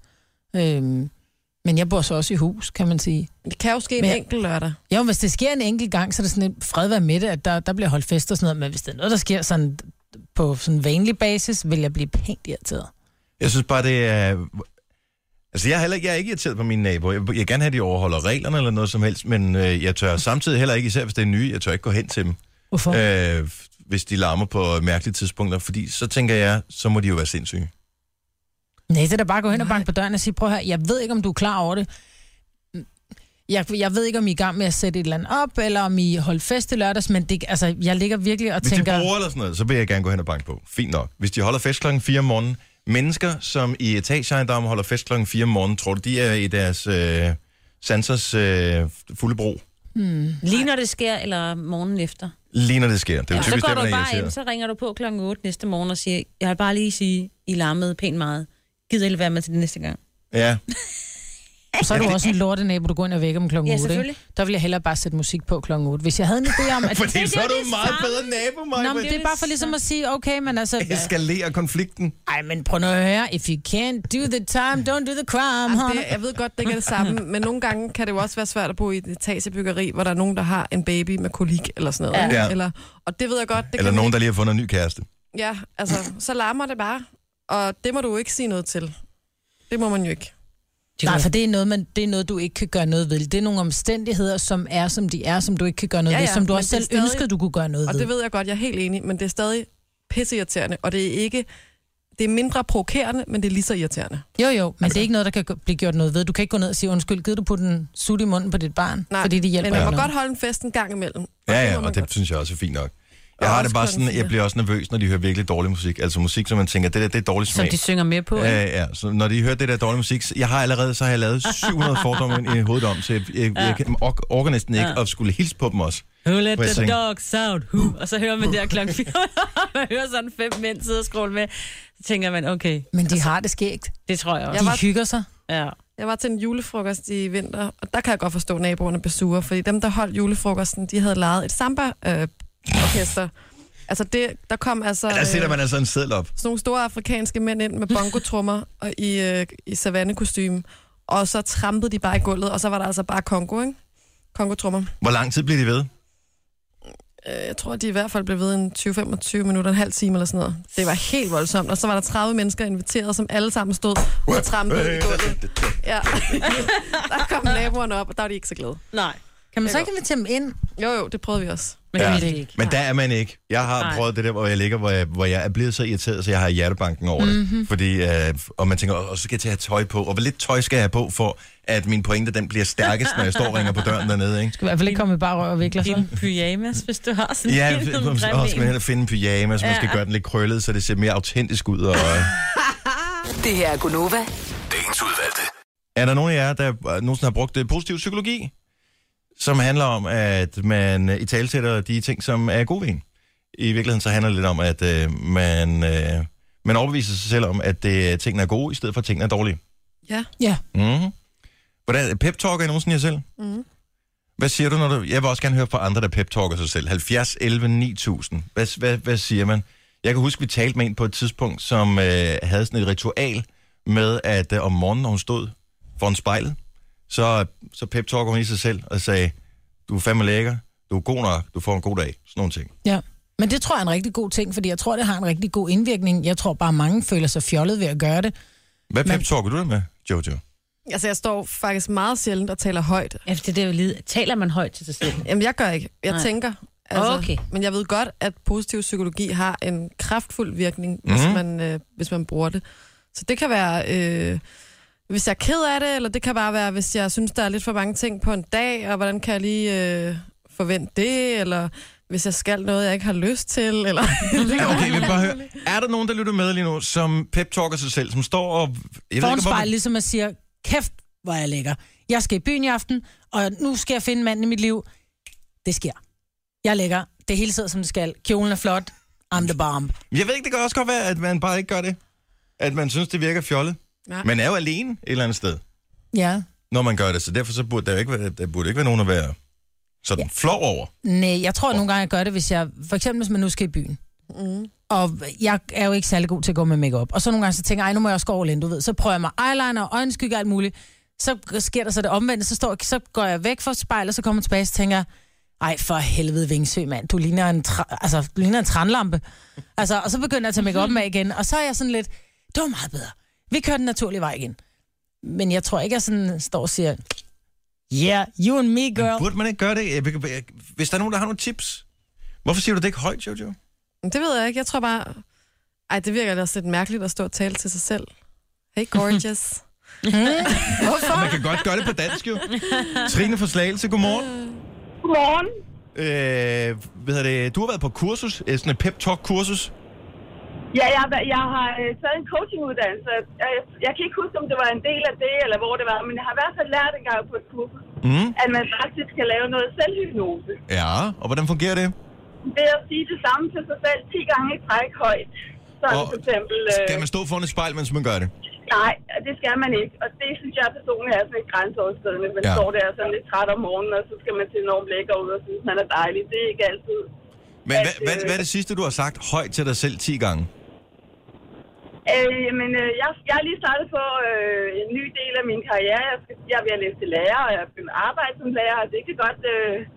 Men jeg bor så også i hus, kan man sige. Det kan jo ske en enkelt lørdag. Jo, hvis det sker en enkelt gang, så er det sådan et fred være med det, at der bliver holdt fest og sådan noget. Men hvis det er noget, der sker sådan på sådan vanlig basis, vil jeg blive pænt irriteret. Jeg synes bare, det er... Altså, jeg er ikke irriteret på mine naboer. Jeg vil gerne have, at de overholder reglerne eller noget som helst, men jeg tør samtidig heller ikke, især hvis det er nye, jeg tør ikke gå hen til dem. Hvorfor? Hvis de larmer på mærkelige tidspunkter, fordi så tænker jeg, så må de jo være sindssyge. Nej, det er da bare at gå hen og banke på døren og sige, prøv at høre, jeg ved ikke, om du er klar over det. Jeg ved ikke, om I er i gang med at sætte et eller andet op, eller om I holder fest i lørdags, men det, altså, jeg ligger virkelig og tænker... Hvis de bruger eller sådan noget, så vil jeg gerne gå hen og banke på. Fint nok. Hvis de holder fest 4:00 om morgenen, mennesker, som i etageejendomme holder fest 4:00 om morgenen, tror du, de er i deres sansers fulde brug? Lige når det sker, eller morgenen efter? Lige når det sker. Det er jo typisk, så går du bare ind, så ringer du på 8:00 næste morgen og siger, jeg vil bare lige sige, I larmede pænt meget. Gider I være med til det næste gang? Ja. Og så er du også en lortenabo, du går ind og vækker dem 8:00, ikke? Der vil jeg hellere bare sætte musik på 8:00. Hvis jeg havde en idé om, at... Fordi så er du en meget bedre nabo, Maja. Nå, men det er bare for ligesom at sige, okay, men altså... Eskalere konflikten. Ej, men prøv nu at høre. If you can't do the time, don't do the crime, altså, jeg ved godt, det ikke er det samme, men nogle gange kan det jo også være svært at bo i et etagebyggeri, hvor der er nogen, der har en baby med kolik eller sådan noget. Ja. Eller, og det ved jeg godt... Det eller nogen, der lige har fundet en ny kæreste. Ja, altså, så larmer det bare. Og det må du jo ikke sige noget til. Det må man jo ikke. Nej, for det er noget, du ikke kan gøre noget ved. Det er nogle omstændigheder, som er, som de er, som du ikke kan gøre noget ved, som du også selv stadig ønskede, du kunne gøre noget ved. Og det ved jeg godt, jeg er helt enig, men det er stadig pisseirriterende, og det er ikke... Det er mindre provokerende, men det er lige så irriterende. Jo, men det er ikke noget, der kan blive gjort noget ved. Du kan ikke gå ned og sige, undskyld, gider du putte en sut i munden på dit barn? Nej, fordi det hjælper men man må godt holde en fest en gang imellem. Og det synes jeg også er fint nok. Jeg har det bare sådan, jeg bliver også nervøs, når de hører virkelig dårlig musik. Altså musik, som man tænker, det er dårlig smag. Som de synger mere på. Ja, så når de hører det der dårlige musik, så har jeg lavet 700 fordomme i hovedet om, så jeg orker næsten ikke at skulle hilse på dem også. Who let the dogs out? Og så hører man der klokken 4, man hører sådan 5 mænd sidde og scrolle med. Så tænker man, okay. Men de har det skægt. Det tror jeg også. De hygger sig. Ja. Jeg var til en julefrokost i vinter, og der kan jeg godt forstå, at naboerne blev sure, fordi dem, der holdt julefrokosten, de havde lejet et samba-orkester. Altså der kom altså... Der sætter man altså en seddel op. Sådan nogle store afrikanske mænd ind med bongotrummer og i savannekostyme, og så trampede de bare i gulvet, og så var der altså bare Congo, ikke? Kongotrummer. Hvor lang tid blev de ved? Jeg tror, de i hvert fald blev ved en 20-25 minutter, en halv time eller sådan noget. Det var helt voldsomt. Og så var der 30 mennesker inviteret, som alle sammen stod og trampede i gulvet. Ja. Der kom naboerne op, og der var de ikke så glade. Nej. Kan man så ikke invitere dem ind? Jo, det prøvede vi også. Men, ja, det ikke. Men der er man ikke. Jeg har prøvet det der, hvor jeg ligger, hvor jeg er blevet så irriteret, så jeg har hjertebanken over det. Fordi, og man tænker, så skal jeg til at have tøj på. Og hvor lidt tøj skal jeg have på, for at min pointe, den bliver stærkest, når jeg står og ringer på døren dernede, ikke? Du skal i hvert fald ikke komme i bare røv og vikler sig. Din pyjamas, hvis du har sådan en man skal hellere finde en pyjamas, man skal gøre den lidt krøllet, så det ser mere autentisk ud. Og... Det her er Gunova. Dagens udvalgte. Er der nogen af jer, der nogensinde har brugt positiv psykologi? Som handler om, at man italesætter de ting, som er gode ved en. I virkeligheden så handler det lidt om, at man overbeviser sig selv om, at tingene er gode, i stedet for at tingene er dårlige. Ja. Ja. Mm-hmm. Hvordan pep-talker I nogensinde jer selv? Mm. Hvad siger du, når du... Jeg vil også gerne høre fra andre, der pep-talker sig selv. 70, 11, 9000. Hvad siger man? Jeg kan huske, vi talte med en på et tidspunkt, som havde sådan et ritual med, at om morgenen, når hun stod foran spejlet, så pep-talker hun i sig selv og sagde, du er fandme lækker, du er god nok, du får en god dag. Sådan nogle ting. Ja, men det tror jeg er en rigtig god ting, fordi jeg tror, det har en rigtig god indvirkning. Jeg tror bare, mange føler sig fjollet ved at gøre det. Hvad pep-talker du der med, Jojo? Altså, jeg står faktisk meget sjældent og taler højt. Efter det er jo lige... Taler man højt til sig selv? Jamen, jeg gør ikke. Jeg tænker. Altså, okay. Men jeg ved godt, at positiv psykologi har en kraftfuld virkning, hvis man bruger det. Så det kan være... hvis jeg er ked af det, eller det kan bare være, hvis jeg synes, der er lidt for mange ting på en dag, og hvordan kan jeg lige forvente det, eller hvis jeg skal noget, jeg ikke har lyst til, eller... Okay, vi vil bare høre. Er der nogen, der lytter med lige nu, som pep-talker sig selv, som står og... Foran spejl, ligesom at sige, kæft, hvor er jeg lækker. Jeg skal i byen i aften, og nu skal jeg finde manden i mit liv. Det sker. Jeg er lækker. Det hele sidder, som det skal. Kjolen er flot. I'm the bomb. Jeg ved ikke, det kan også godt være, at man bare ikke gør det. At man synes, det virker fjollet. Ja. Man er jo alene et eller andet sted. Ja. Når man gør det, så derfor så burde der ikke være nogen at være sådan flov over. Nej, jeg tror nogle gange, jeg gør det, hvis jeg... For eksempel, hvis man nu skal i byen. Og jeg er jo ikke særlig god til at gå med makeup. Og så nogle gange så tænker jeg, nu må jeg også gå all in, du ved. Så prøver jeg mig eyeliner, øjenskygge og alt muligt. Så sker der så det omvendte, så går jeg væk fra spejlet, og så kommer jeg tilbage, så tænker jeg, ej, for helvede, Vingsø, mand. Du ligner en tranlampe. Altså, og så begynder jeg at tage makeup med igen, og så er jeg sådan lidt, det var meget bedre. Vi kører den naturlige vej igen. Men jeg tror ikke, jeg sådan står og siger, yeah, you and me, girl. Men burde man ikke gøre det? Hvis der er nogen, der har nogle tips. Hvorfor siger du det ikke højt, Jojo? Det ved jeg ikke. Jeg tror bare... Ej, det virker også lidt mærkeligt at stå og tale til sig selv. Hey, gorgeous. Hvorfor? Man kan godt gøre det på dansk, jo. Trine fra Slagelse, godmorgen. Godmorgen. Du har været på kursus, sådan et pep-talk-kursus. Ja, jeg har taget en coachinguddannelse. Jeg kan ikke huske, om det var en del af det, eller hvor det var, men jeg har i hvert fald lært en gang på et kursus, at man faktisk kan lave noget selvhypnose. Ja, og hvordan fungerer det? Det er at sige det samme til sig selv 10 gange i træk højt. Sådan for eksempel... Skal man stå foran et spejl, mens man gør det? Nej, det skal man ikke. Og det synes jeg personligt er sådan lidt grænseoverskridende. Man står der sådan lidt træt om morgenen, og så skal man se enormt lækker ud og synes, man er dejlig. Det er ikke altid. Men hvad er det sidste, du har sagt højt til dig selv 10 gange? Jeg har lige startet på en ny del af min karriere. Jeg er ved at læse til lærer, og jeg vil arbejde som lærer, og det kan godt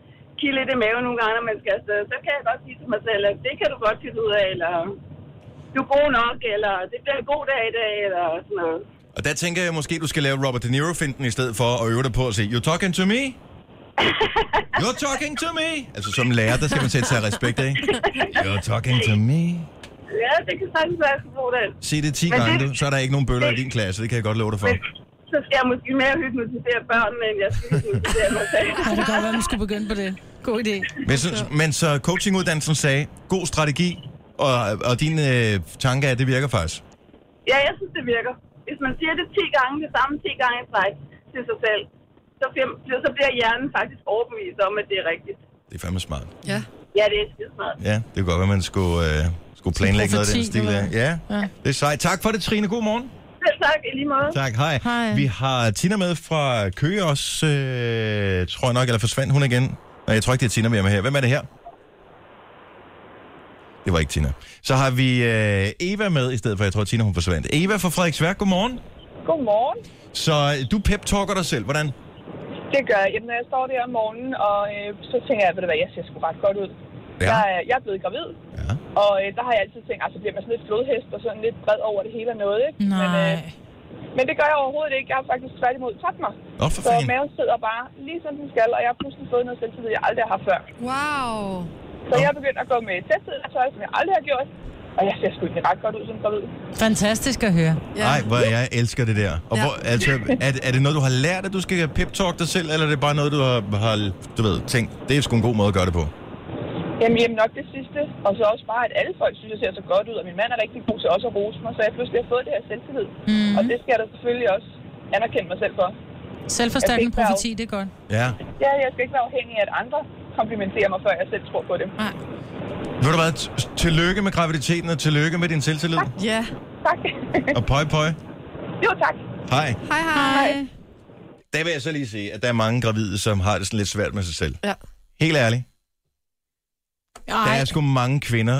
kilde lidt i maven nogle gange, når man skal afsted. Så kan jeg godt sige til mig selv, at det kan du godt finde ud af, eller du er god nok, eller det bliver en god dag i dag, eller sådan noget. Og der tænker jeg måske, du skal lave Robert De Niro-finten i stedet for at øve dig på at sige, you're talking to me? You're talking to me? Altså som lærer, der skal man sætte sig respekt af. You're talking to me? Ja, det kan sagtens være, at jeg skal bruge den. Sig det 10 gange, så er der ikke nogen bøller i din klasse. Det kan jeg godt love dig for. Så skal jeg måske mere hypnotisere børnene, end jeg skal hypnotisere mig selv. Ja, det kan godt være, man skulle begynde på det. God idé. Men så coachinguddannelsen sagde, god strategi, og din tanke er, at det virker faktisk? Ja, jeg synes, det virker. Hvis man siger det 10 gange, det samme 10 gange i træk til sig selv, så bliver hjernen faktisk overbevist om, at det er rigtigt. Det er fandme smart. Ja. Ja, det er skide smart. Ja, det kunne godt være, man skulle planlægge noget af den stil der. Ja, det er sejt. Tak for det, Trine. God morgen. Selv tak, i lige måde. Tak, hej. Vi har Tina med fra Køge også, tror jeg nok, eller forsvandt hun igen? Nej, jeg tror ikke, det er Tina, vi er med her. Hvem er det her? Det var ikke Tina. Så har vi Eva med i stedet for, jeg tror, Tina hun forsvandt. Eva fra Frederiksværk, godmorgen. Godmorgen. Så du pep-talker dig selv, hvordan? Det gør jeg. Jamen, når jeg står der om morgenen, og så tænker jeg, ved du hvad, jeg ser sgu ret godt ud. Ja. Jeg er blevet gravid, og der har jeg altid tænkt, altså bliver man sådan lidt flodhest og sådan lidt bred over det hele og noget, ikke? Nej. Men det gør jeg overhovedet ikke. Jeg har faktisk tværtimod tabt mig. Så maven sidder bare lige som den skal, og jeg har pludselig fået noget selvtillid, jeg aldrig har haft før. Wow. Så jeg er begyndt at gå med testtøj, som jeg aldrig har gjort. Og jeg ser sgu ikke ret godt ud som gravid. Fantastisk at høre. Nej, hvor jeg elsker det der. Og altså, er det noget, du har lært, at du skal pep-talk dig selv, eller er det bare noget, du har tænkt, det er sgu en god måde at gøre det på? Jamen nok det sidste. Og så også bare, at alle folk synes, jeg ser så godt ud, og min mand er rigtig god til også at rose mig, så jeg pludselig har fået det her selvtillid. Og det skal jeg da selvfølgelig også anerkende mig selv for. Selvforstærkende profeti, det er godt. Ja. Ja, jeg skal ikke være afhængig af, at andre komplimenterer mig, før jeg selv tror på det. Nej. Ved du hvad? Tillykke med graviditeten, og tillykke med din selvtillid. Tak. Ja. Tak. Og pøj. Jo, tak. Hej. Hej. Der vil jeg så lige sige, at der er mange gravide, som har det sådan lidt svært med sig selv. Ja. Helt ærligt. Der er sgu mange kvinder,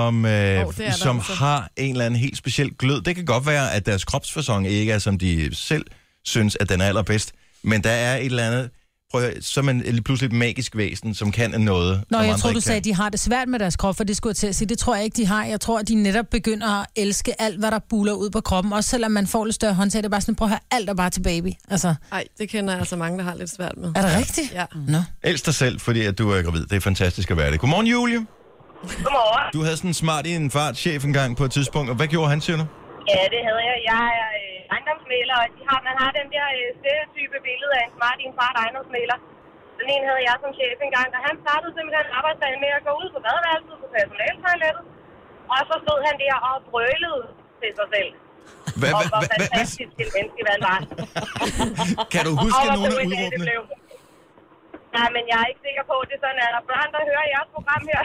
som har en eller anden helt speciel glød. Det kan godt være, at deres kropsfacon ikke er, som de selv synes, at den er allerbedst. Men der er et eller andet, som en pludselig et magisk væsen, som kan noget. Nå, jeg tror, du sagde, at de har det svært med deres krop, for det skulle jeg til at sige. Det tror jeg ikke, de har. Jeg tror, at de netop begynder at elske alt, hvad der buler ud på kroppen. Også selvom man får lidt større håndtag, det er bare sådan, prøv at høre, alt er bare til baby. Altså. Ej, det kender jeg altså mange, der har lidt svært med. Er det rigtigt? Ja. Nå. Elsk dig selv, fordi at du er gravid. Det er fantastisk at være det. Godmorgen, Julie. Godmorgen. Du havde sådan en smart i en fart chef engang på et tidspunkt. Og hvad gjorde han, siger du? Ja, det havde jeg. Jeg er ejendomsmægler, og man har den der stereotype billede af en smart i en fart ejendomsmægler. Den ene havde jeg som chef engang, og han startede simpelthen arbejdsdagen med at gå ud på badeværelset på personaletoilettet, og så stod han der og brølede til sig selv. Hvor fantastisk en menneske, hvad han var. Kan du huske nogle af udråbene? Ja, men jeg er ikke sikker på, at det er sådan, at der børn, der hører jeres program her.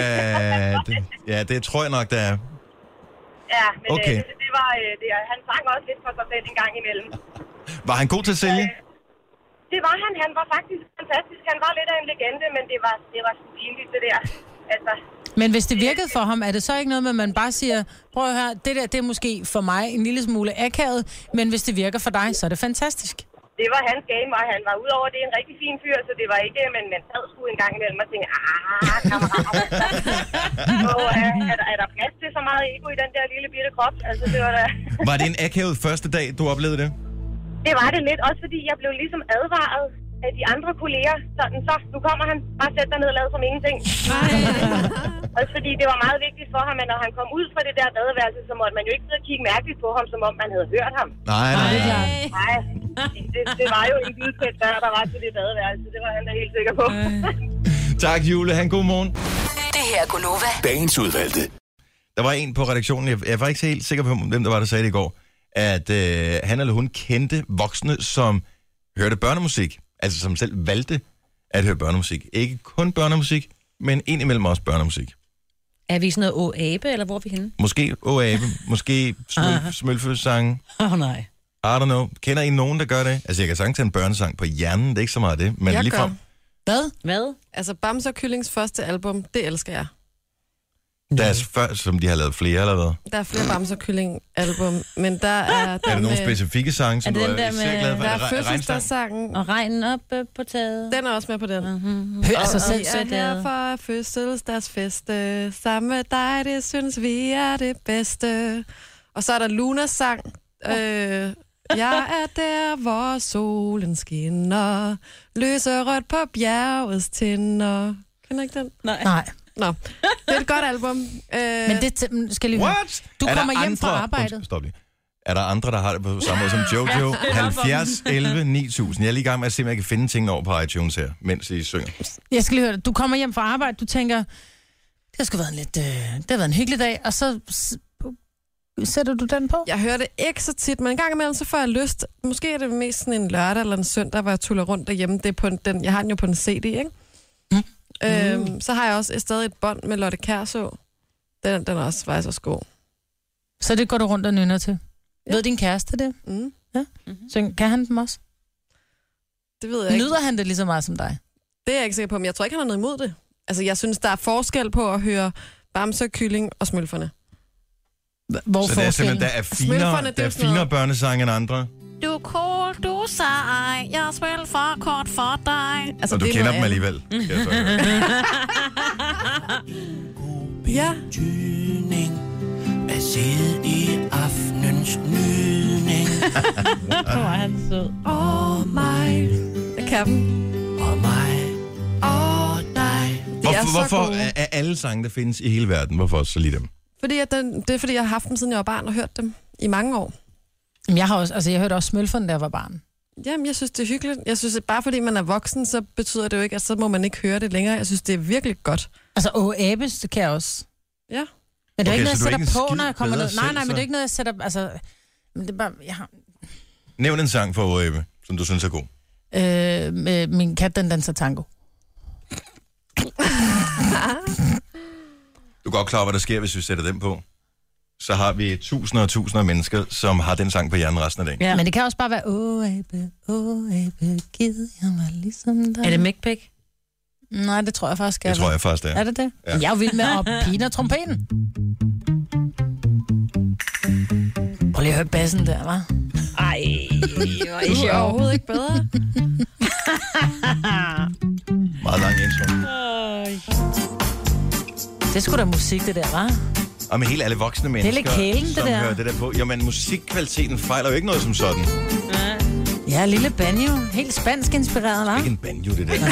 Det tror jeg nok, der er. Ja, men okay. det var, han sang også lidt for sig selv en gang imellem. Var han god til at sælge? Det var han. Han var faktisk fantastisk. Han var lidt af en legende, men det var sgu pinligt, det der. Altså. Men hvis det virkede for ham, er det så ikke noget med, at man bare siger, prøv at høre, det der, det er måske for mig en lille smule akavet, men hvis det virker for dig, så er det fantastisk. Det var hans game, og han var udover det en rigtig fin fyr, så det var ikke, men man sad sgu en gang imellem og tænkte, kammerat. Er der plads til så meget ego i den der lille bitte krop? Altså, det var da. Var det en akavet første dag, du oplevede det? Det var det lidt, også fordi jeg blev ligesom advaret af de andre kolleger. Sådan, så nu kommer han, bare sæt dig ned og lad som ingenting. Også fordi det var meget vigtigt for ham, at når han kom ud fra det der badeværelse, så måtte man jo ikke sidde og kigge mærkeligt på ham, som om man havde hørt ham. Nej. Nej, det var jo en lydtæt dør, der var til det badeværelse. Det var han da helt sikker på. Tak, Julie. Han god morgen. Det her er Gunova. Dagens udvalgte. Der var en på redaktionen, jeg var ikke helt sikker på, hvem der var, der sagde det i går, at han eller hun kendte voksne, som hørte børnemusik. Altså som selv valgte at høre børnemusik. Ikke kun børnemusik, men indimellem også børnemusik. Er vi sådan noget Å-abe, eller hvor er vi henne? Måske Å-abe, måske smølføsange. Nej. I don't know. Kender I nogen, der gør det? Altså, jeg kan sagtens tage en børnesang på hjernen, det er ikke så meget det. Men jeg gør. Hvad? Hvad? Altså, Bamse og Kyllings første album, det elsker jeg. Deres før, som de har lavet flere, eller hvad? Der er flere Bamser-kylling-album, men der er... Er der nogle specifikke sange, som du er især glad for? Der er fødselsdagssangen. Og regnen op på taget. Den er også med på den. Altså selv Vi er her for fødselsdagsfeste. Sammen med dig, det synes vi er det bedste. Og så er der Lunas sang. Jeg er der, hvor solen skinner. Lyserødt på bjergets tinder. Kender ikke den? Nej. Nå, det er et godt album. Men det skal lige... What? Du kommer hjem fra arbejdet. Stop lige. Er der andre, der har det på samme måde som Jojo? 70, 11, 9000. Jeg er lige i gang med at se, om jeg kan finde ting over på iTunes her, mens I synger. Jeg skal lige høre det. Du kommer hjem fra arbejde, du tænker, det har sgu været det har været en hyggelig dag, og så sætter du den på? Jeg hører det ikke så tit, men en gang imellem, så får jeg lyst. Måske er det mest sådan en lørdag eller en søndag, hvor jeg tuller rundt derhjemme. Det er på den, jeg har den jo på en CD, ikke? Så har jeg også stadig et bånd med Lotte Kærså. Den er også faktisk også god. Så det går du rundt og nynner til? Ja. Ved din kæreste det? Ja. Så kan han dem også? Det ved jeg ikke. Nyder han det lige så meget som dig? Det er jeg ikke sikker på, men jeg tror ikke, han har noget imod det. Altså, jeg synes, der er forskel på at høre Bamser, Kylling og Smølferne. Hvor så det er simpelthen, der er finere børnesange end andre? Du er cool, du er sej, jeg spiller for kort for dig. Altså, og du kender dem alligevel. Ja. Baseret i aftenens nydning. Hvor er han sød. Mig. Jeg kan dem. Og mig. Og dig. Hvorfor er alle sange, der findes i hele verden, hvorfor så lige dem? Fordi det er fordi, jeg har haft dem, siden jeg var barn og hørt dem i mange år. Jeg hørte også Smølferne, da jeg var barn. Jamen, jeg synes, det er hyggeligt. Jeg synes, at bare fordi man er voksen, så betyder det jo ikke, at så må man ikke høre det længere. Jeg synes, det er virkelig godt. Altså, Abes, det kan jeg også. Ja. Men det er ikke noget, jeg sætter på, når jeg kommer ned. Nej, men det er ikke noget, jeg sætter... Altså, det er bare... Nævn en sang for Ebbe, som du synes er god. Min kat, den danser tango. Du er godt klar, hvad der sker, hvis vi sætter den på. Så har vi tusinder og tusinder af mennesker, som har den sang på hjernen resten af dagen. Ja. Men det kan også bare være, Abe, giv jeg mig ligesom dig. Er det Mick Pick? Nej, det tror jeg faktisk er. Det tror jeg faktisk, det er. Er det det? Ja. Jeg er jo vild med at pine og trompeten. Prøv lige at høre bassen der, hva'? Ej, det er overhovedet ikke bedre. Meget lang intro. Det er sgu da musik, det der, hva'? Og med hele alle voksne mennesker, det er lidt kælen, som det der. hører det der på. Jamen, musikkvaliteten fejler jo ikke noget som sådan. Ja, lille banjo. Helt spansk inspireret, hva'? Ikke en banjo, det der.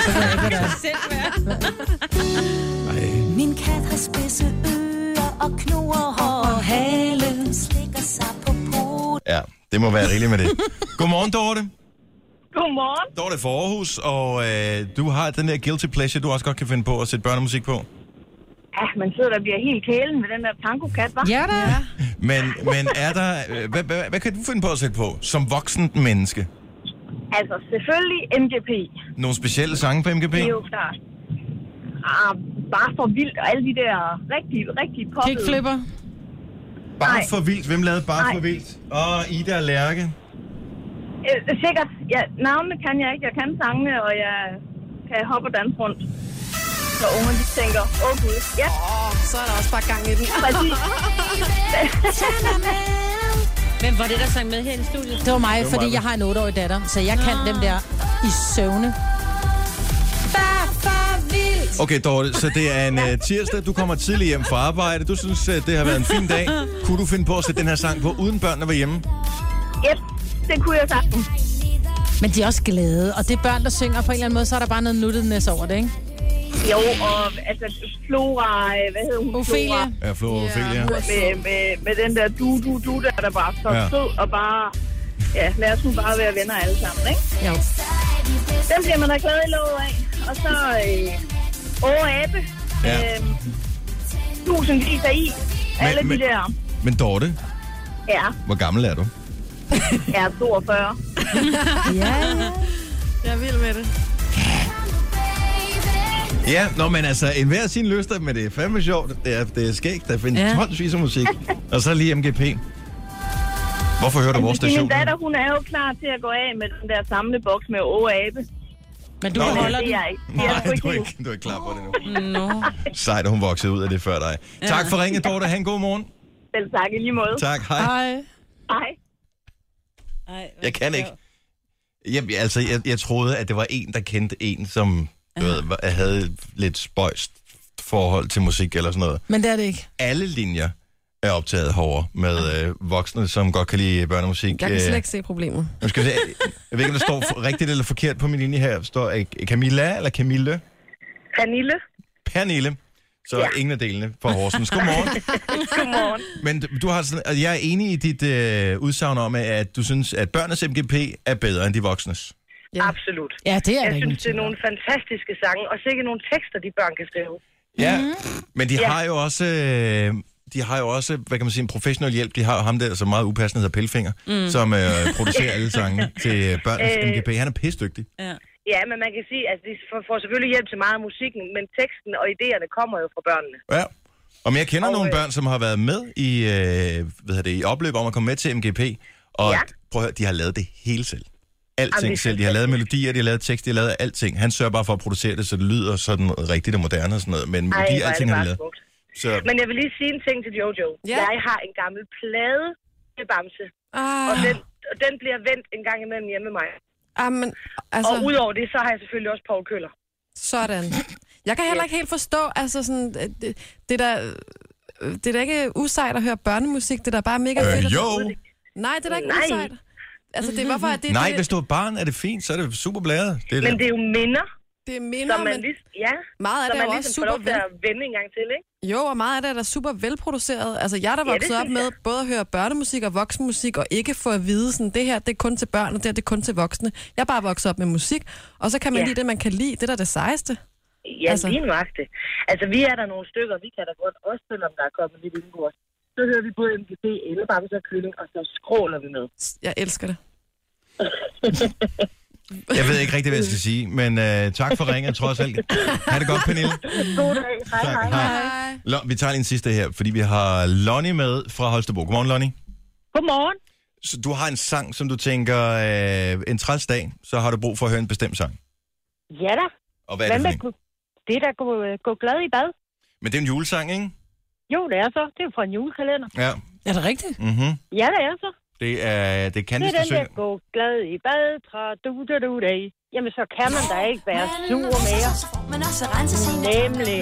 Min kat har spidse ører og knurrer hår og hale. Slikker sig på poten. Ja, det må være rigeligt med det. Godmorgen, Dorte. Godmorgen. Dorte fra Aarhus, og du har den der guilty pleasure, du også godt kan finde på at sætte børnemusik på. Ja, man sidder der og bliver helt kælen med den der tango-kat, hva'? Ja, da. Ja. Men er der... Hvad kan du finde på at sætte på som voksen menneske? Altså, selvfølgelig MGP. Nogle specielle sange på MGP? Det er jo klart. Bare for vildt, og alle de der rigtig poppede... Kickflipper? Bare for vildt? Hvem lavede Bare for vildt? Og Ida og Lærke? Sikkert. Ja, navnene kan jeg ikke. Jeg kan sangene, og jeg kan hoppe og danse rundt. Så ungerne de tænker, gud, ja. Så er der også bare gang i den. Hvem var det, der sang med her i studiet? Det var mig, fordi jeg har en 8-årig datter, så jeg kan dem der i søvne. Okay, Dorte, så det er en tirsdag. Du kommer tidligt hjem fra arbejde. Du synes, det har været en fin dag. Kunne du finde på at sætte den her sang på, uden børnene var hjemme? Yep, det kunne jeg sagtens. Men de er også glade, og det er børn, der synger på en eller anden måde, så er der bare noget nuttednæs over det, ikke? Jo, og altså Flora, hvad hedder hun? Ophelia. Ja, Flora og Ophelia. Med den der du der bare så sød, og bare, ja, lad os nu bare være venner alle sammen, ikke? Jo. Den bliver man da glad i låget af. Og så Abe. Ja. Tusindvis af is. Alle de der. Men Dorte, ja. Hvor gammel er du? Jeg er 42. Ja. Jeg er vild med det. Ja, men altså, enhver sin lyster, men det er fandme sjovt. Det er skægt, der findes tonsvis af musik. Og så lige MGP. Hvorfor hører du vores station? Min datter, hun er jo klar til at gå af med den der samleboks med Abe. Men du holder den? Nej, du er ikke klar på det nu. No. Sejt, at hun voksede ud af det før dig. Ja. Tak for ringet, Dorte. Ha' en god morgen. Selv tak, i lige måde. Tak, hej. Hej. Jeg kan ikke. Jeg troede, at det var en, der kendte en, som havde lidt spøjst forhold til musik eller sådan noget. Men det er det ikke. Alle linjer er optaget hårdere med voksne, som godt kan lide børnemusik. Jeg kan slet ikke se problemet. Jeg ved ikke, om der står rigtigt eller forkert på min linje her. Der står Camilla eller Camille? Pernille. Så ingen af delene for Horsens. Godmorgen. Godmorgen. Men du har sådan, jeg er enig i dit udsagn om, at du synes, at børnenes MGP er bedre end de voksnes. Ja. Absolut. Ja, det er jeg synes, det er nogle fantastiske sange, og sikkert nogle tekster, de børn kan skrive. Ja, men de har jo også... hvad kan man sige, en professionel hjælp. De har ham der, som meget upassende hedder Pelfinger, som producerer alle sange til børnenes MGP. Han er pisdygtig. Ja, men man kan sige, at de får selvfølgelig hjælp til meget af musikken, men teksten og idéerne kommer jo fra børnene. Ja, og jeg kender nogle børn, som har været med i opløb om at komme med til MGP, og prøv at høre, de har lavet det hele selv. Alting selv. De har lavet melodier, de har lavet tekst, de har lavet alting. Han sørger bare for at producere det, så det lyder sådan rigtigt og moderne og sådan noget, men melodier, alting har de lavet. Så... Men jeg vil lige sige en ting til Jojo. Ja. Jeg har en gammel plade med Bamse, og den bliver vendt en gang imellem hjemme med mig. Men, altså... Og udover det, så har jeg selvfølgelig også Paul Køller. Sådan. Jeg kan heller ikke helt forstå, altså sådan, det er da ikke usejt at høre børnemusik, det er da bare mega fedt. Jo! Nej, det er da ikke usejt. Altså, det er hvorfor er det... Nej, hvis du er barn, er det fint, så er det super blæret. Men det er jo minder. Det er minder, men meget af det er jo også super vel... vende en gang til, ikke? Jo, og meget af det er da super velproduceret. Altså, jeg er der vokset op med både at høre børnemusik og voksenmusik, og ikke få at vide sådan, det her, det er kun til børn, og det her, det er kun til voksne. Jeg er bare vokset op med musik, og så kan man lide det, man kan lide. Det er da det sejeste. Ja, altså. Lige nøjagtigt. Altså, vi er der nogle stykker, vi kan da godt, også selvom der er kommet lidt indgård. Så hører vi både MGP, eller Bamse og Kylling, og så skråler vi med. Jeg elsker det. Jeg ved ikke rigtig, hvad jeg skal sige, men tak for ringet, trods alt. Ha' det godt, Pernille. God dag. Hej. Vi tager lige en sidste her, fordi vi har Lonnie med fra Holstebro. Godmorgen, Lonnie. Godmorgen. Så du har en sang, som du tænker, en træls dag, så har du brug for at høre en bestemt sang. Ja da. Og hvad er det for en? Det er da gå glad i bad. Men det er en julesang, ikke? Jo, det er så. Det er fra en julekalender. Ja. Er det rigtigt? Mhm. Ja, det er så. Det er Candice, der synger. Det er den der, gå glad i bad, tra du-da-du-dag. Jamen, så kan man da ikke være sur mere. Nemlig.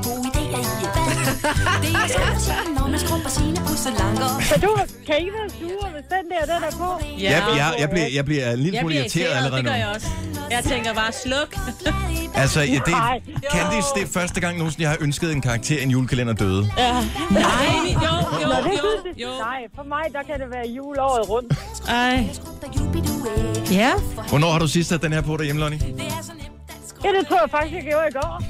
Så du kan ikke være sur, hvis den er på? Jeg bliver en lille smule irriteret allerede nu. Det gør jeg også. Jeg tænker bare, sluk. Altså, Candice, det er første gang nogensinde, jeg har ønsket en karakter, en julekalender døde. Ja. Nej, jo. Nej, for mig, der kan det være juleåret rundt. Ej. Ja. Hvornår har du sidst sat den her på derhjemme, Lonnie? Ja, det tror jeg faktisk, jeg gjorde i går.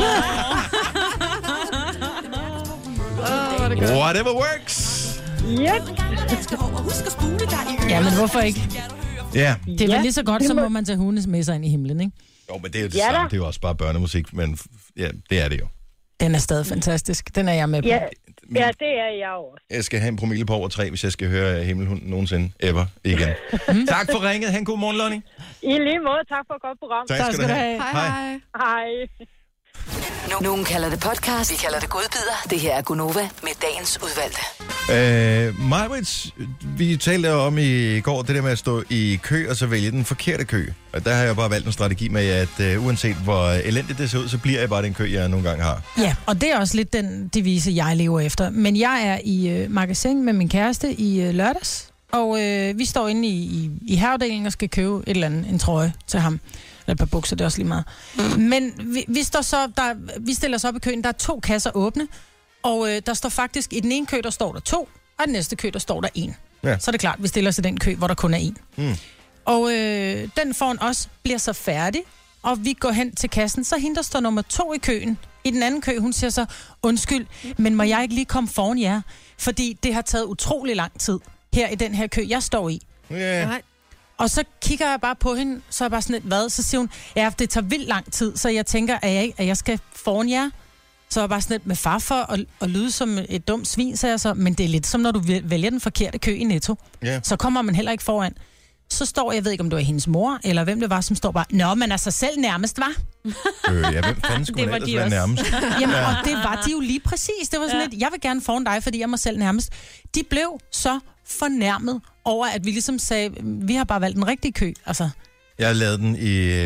Whatever works. Yep. Ja, men hvorfor ikke? Ja. Det er vel lige så godt, som må man tage hundes med sig ind i himlen, ikke? Jo, men det er jo det samme. Det er jo også bare børnemusik, men ja, det er det jo. Den er stadig fantastisk. Den er jeg med på. Ja, det er jeg også. Jeg skal have en promille på over 3, hvis jeg skal høre Himmelhund nogensinde ever igen. Tak for ringet. Ha' en god morgen, Lonnie. I lige måde. Tak for et godt program. Tak skal du have. Hej. Hej. Nogen kalder det podcast, vi kalder det godbider. Det her er Gunova med dagens udvalgte. Majbrits, vi talte om i går det der med at stå i kø og så vælge den forkerte kø. Og der har jeg bare valgt en strategi med, at uanset hvor elendigt det ser ud, så bliver jeg bare den kø, jeg nogle gange har. Ja, og det er også lidt den devise, jeg lever efter. Men jeg er i magasin med min kæreste i lørdags, og vi står inde i herreafdelingen og skal købe et eller andet, en trøje til ham. Eller et par bukser, det er også lige meget. Men vi stiller os op i køen, der er 2 kasser åbne, og der står faktisk, i den ene kø, der står der 2, og i den næste kø, der står der 1. Ja. Så er det klart, vi stiller os i den kø, hvor der kun er 1. Og den foran os bliver så færdig, og vi går hen til kassen, så hende, der står nummer 2 i køen. I den anden kø, hun siger så, undskyld, men må jeg ikke lige komme foran jer? Fordi det har taget utrolig lang tid her i den her kø, jeg står i. Yeah. Og så kigger jeg bare på hende, så er jeg bare sådan lidt, hvad? Så siger hun, ja, det tager vildt lang tid, så jeg tænker, at jeg skal foran jer. Så er jeg bare sådan lidt med far for at lyde som et dumt svin, så jeg så, men det er lidt som, når du vælger den forkerte kø i Netto. Yeah. Så kommer man heller ikke foran. så står, jeg ved ikke, om det var hendes mor, eller hvem det var, som står bare, nå, man er sig selv nærmest, var. Ja, hvem fanden skulle man ellers være nærmest? Jamen, og det var de jo lige præcis. Det var sådan lidt, jeg vil gerne foran dig, fordi jeg er mig selv nærmest. De blev så fornærmet over, at vi ligesom sagde, vi har bare valgt den rigtige kø, altså. Jeg lavede den i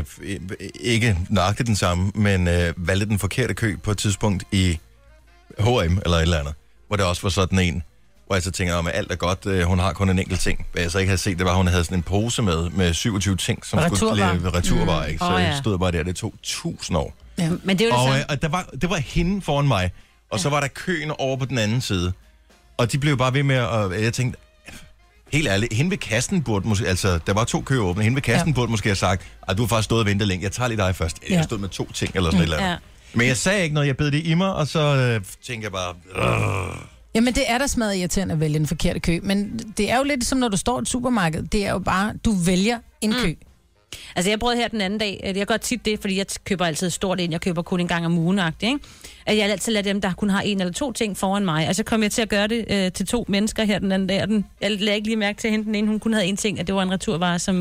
ikke nøjagtigt den samme, men valgte den forkerte kø på et tidspunkt i H&M eller et eller andet, hvor det også var sådan en, hvor jeg så tænker, at alt er godt, hun har kun en enkelt ting. Hvad jeg så ikke havde set, det var, at hun havde sådan en pose med 27 ting, som skulle leve returvar, ikke? Så jeg stod bare der, det tog 1000 år. Ja, men det er jo det og det var hende foran mig, og så var der køen over på den anden side. Og de blev bare ved med, og jeg tænkte, helt ærligt, hende ved kassen burde måske, altså der var 2 køer åbne, hende ved kassen burde måske have sagt, at du har faktisk stået og ventet længe, jeg tager lige dig først. Jeg stod med 2 ting eller sådan et eller andet. Men jeg sagde ikke noget, jeg bed det i mig, og så tænkte jeg bare... Jamen, det er da smadret irriterende at vælge en forkerte kø, men det er jo lidt som når du står i et supermarked, det er jo bare, du vælger en kø. Altså, jeg prøvede her den anden dag, jeg gør tit det, fordi jeg køber altid stort ind, jeg køber kun en gang om ugen, ikke? At jeg altid lader dem, der kun har 1 eller 2 ting foran mig. Altså, kom jeg til at gøre det til 2 mennesker her den anden dag, og jeg lagde ikke lige mærke til hende, den ene, hun kun havde 1 ting, at det var en returvare, som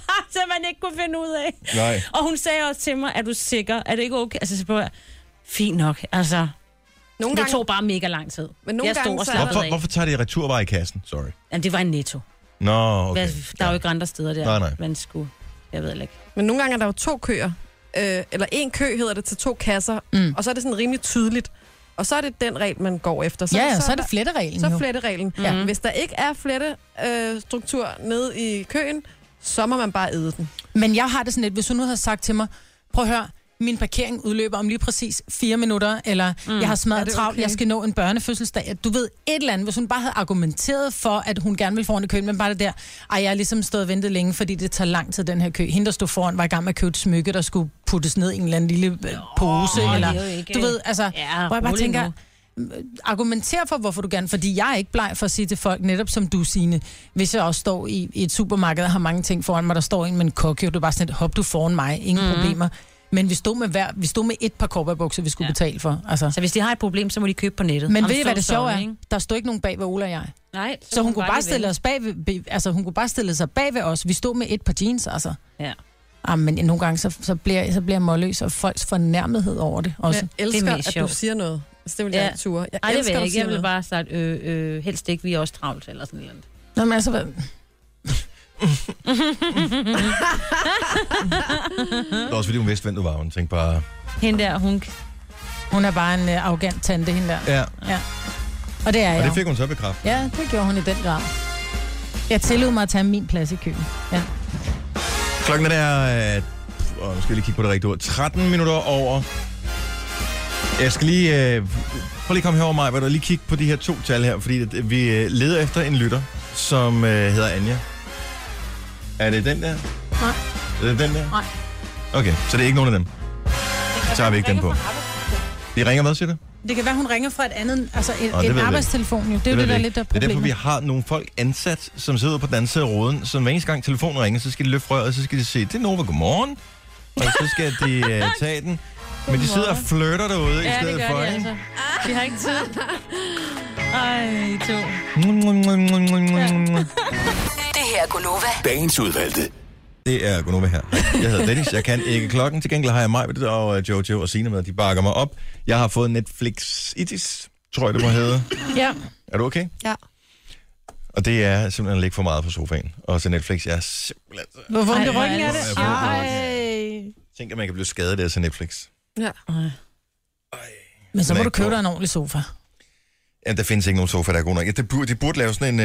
man ikke kunne finde ud af. Nej. Og hun sagde også til mig, er du sikker? Er det ikke okay? Altså, så prøver jeg, fint nok, altså... Det tog bare mega lang tid. Men nogle gange, hvorfor tager de returvarer i kassen? Sorry. Jamen, det var en Netto. Nå, okay. Der er jo ikke andre steder der. Nej. Man skulle... Jeg ved ikke. Men nogle gange er der jo 2 køer. Eller 1 kø hedder det til 2 kasser. Og så er det sådan rimelig tydeligt. Og så er det den regel, man går efter. Så er det flettereglen. Så er flettereglen. Ja. Hvis der ikke er flettestruktur nede i køen, så må man bare æde den. Men jeg har det sådan lidt, hvis hun nu havde sagt til mig, prøv at høre, min parkering udløber om lige præcis 4 minutter, eller jeg har smadret travlt, okay. Jeg skal nå en børnefødselsdag. Du ved, et eller andet, hvis hun bare havde argumenteret for, at hun gerne ville foran i køen, men bare det der, jeg har ligesom stået og ventet længe, fordi det tager lang tid, den her kø. Hende, der stod foran, var i gang med at købe et smykke, der skulle puttes ned i en eller anden lille pose, eller du ved, altså, hvor jeg bare tænker, argumentere for, hvorfor du gerne, fordi jeg er ikke bleg for at sige til folk, netop som du, Signe, hvis jeg også står i et supermarked og har mange ting foran mig, der står en med en kokke, og du er bare sådan et, hop du foran mig, ingen problemer. Men vi stod med 1 par cowboybukser, vi skulle betale for. Altså. Så hvis de har et problem, så må de købe på nettet. Men ved I, hvad det sjove er? Der stod ikke nogen bag ved Ola og jeg. Nej. Så hun kunne bare stille os bag ved, altså hun kunne bare stille sig bag ved os. Vi stod med 1 par jeans, altså. Ja. Men nogle gange, så bliver jeg målløs, og folks fornærmethed over det også. Jeg elsker, at du siger noget. Altså, det vil jeg ture. Jeg elsker, det vil jeg ikke. Jeg vil bare sagt, helst ikke, vi er også travlt, eller sådan noget. Nå, men altså... Det var også fordi hun vidste, hvem du var. Hun tænkte bare... Hende der, hun er bare en arrogant tante, hende der. Ja. Og det er jeg. Og det fik hun så bekræftet. Ja, det gjorde hun i den grad. Jeg tillod mig at tage min plads i køen. Ja. Klokken er... nu skal jeg lige kigge på det rigtige ord. 13 minutter over. Jeg skal lige... prøv lige komme herover mig, hvor du lige kigge på de her 2 tal her, fordi vi leder efter en lytter, som hedder Anja. Er det den der? Nej. Er det den der? Nej. Okay, så det er ikke nogen af dem. Så har vi ikke den på. De ringer med, siger du? Det kan være, hun ringer fra et andet, altså et arbejdstelefon jo. Det er jo det, der er lidt der problemet. Det er derfor, vi har nogle folk ansat, som sidder på den anden side af råden, så hver eneste gang telefonen ringer, så skal de løfte røret, og så skal de sige, det er Nova, godmorgen. Og så skal de tage den. Men de sidder og flirter derude i stedet for. Ja, det gør de altså. De har ikke tid. Ej, 2. Det her er Gunova. Dagens udvalgte. Det er Gunova her. Jeg hedder Dennis, jeg kan ikke klokken. Til gengæld har jeg mig og Jojo og Signe med, de bakker mig op. Jeg har fået Netflix-itis, tror jeg det må hedde. Ja. Er du okay? Ja. Og det er simpelthen at ligge for meget på sofaen. Og så Netflix, jeg er simpelthen... Hvor vondt i ryggen er det? Tænk, at man kan blive skadet af at se Netflix. Ja. Men så må du købe dig en ordentlig sofa. Ja, der findes ikke nogen sofa, der er god nok. De burde lave sådan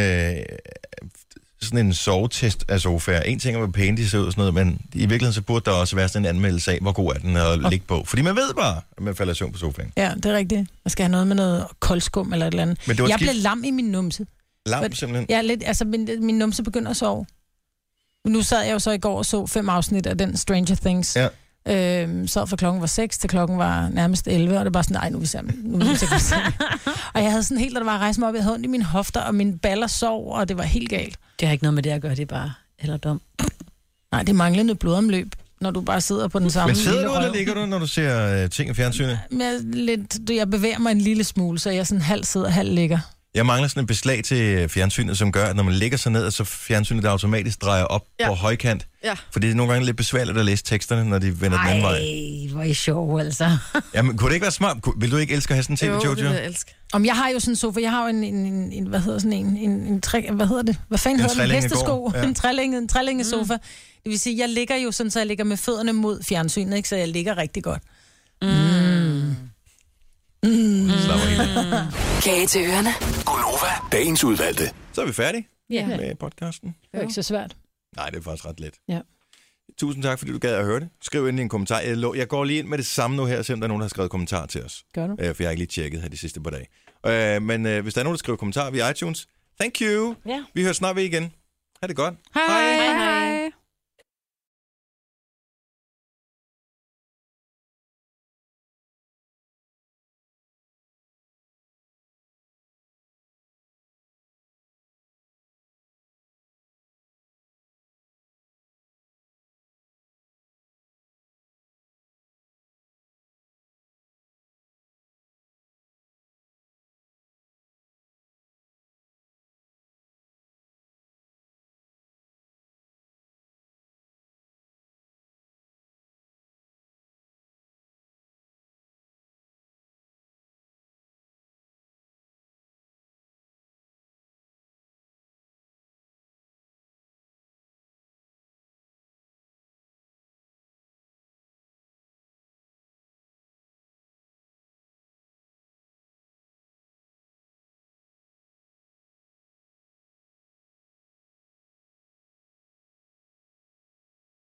en sovetest af sofaer. En ting er, hvor pæne de ser ud og sådan noget, men i virkeligheden så burde der også være sådan en anmeldelse af, hvor god er den at ligge på. Fordi man ved bare, at man falder i søvn på sofaen. Ja, det er rigtigt. Man skal have noget med noget koldskum eller et eller andet. Jeg blev lam i min numse. Lam simpelthen? Ja, lidt. Altså, min numse begynder at sove. Nu sad jeg jo så i går og så 5 afsnit af den Stranger Things. Ja. Så fra klokken var 6 til klokken var nærmest 11, og det var bare sådan, nej, nu er vi sammen. Og jeg havde sådan helt, da der var at rejse mig op, jeg havde ondt i mine hofter, og mine baller sov, og det var helt galt. Det har ikke noget med det at gøre, det er bare helderdom. Nej, det er manglende blodomløb, når du bare sidder på den samme. Men sidder du, eller ligger du, når du ser ting i fjernsynet? Jeg bevæger mig en lille smule, så jeg sådan halv sidder, halv ligger. Jeg mangler sådan et beslag til fjernsynet, som gør, at når man lægger sig ned, så fjernsynet automatisk drejer op på højkant. Ja. Fordi det er nogle gange lidt besværligt at læse teksterne, når de vender den anden vej. Ej, hvor er I sjov, altså. Jamen, kunne det ikke være smart? Vil du ikke elske at have sådan en TV, Jojo? Jo, det vil jeg elske. Jeg har jo sådan en sofa. Jeg har jo en hvad hedder sådan en hvad hedder det? Hvad fanden hedder det? En hestesko. Ja. En trælænge sofa. Det vil sige, jeg ligger jo sådan, så jeg ligger med fødderne mod fjernsynet, ikke? Så jeg ligger rigtig godt. Slapper helt. Kage til ørerne. Gonova, dagens udvalgte. Så er vi færdige Ja. med podcasten. Det er ikke så svært. Nej, det er faktisk ret let. Ja. Tusind tak, fordi du gad at høre det. Skriv endelig en kommentar. Jeg går lige ind med det samme nu her, selvom der er nogen, der har skrevet kommentar til os. Gør du? For jeg har ikke lige tjekket her de sidste par dage. Men hvis der er nogen, der skriver kommentar via iTunes, thank you. Ja. Vi hører snart ved igen. Ha' det godt. Hej.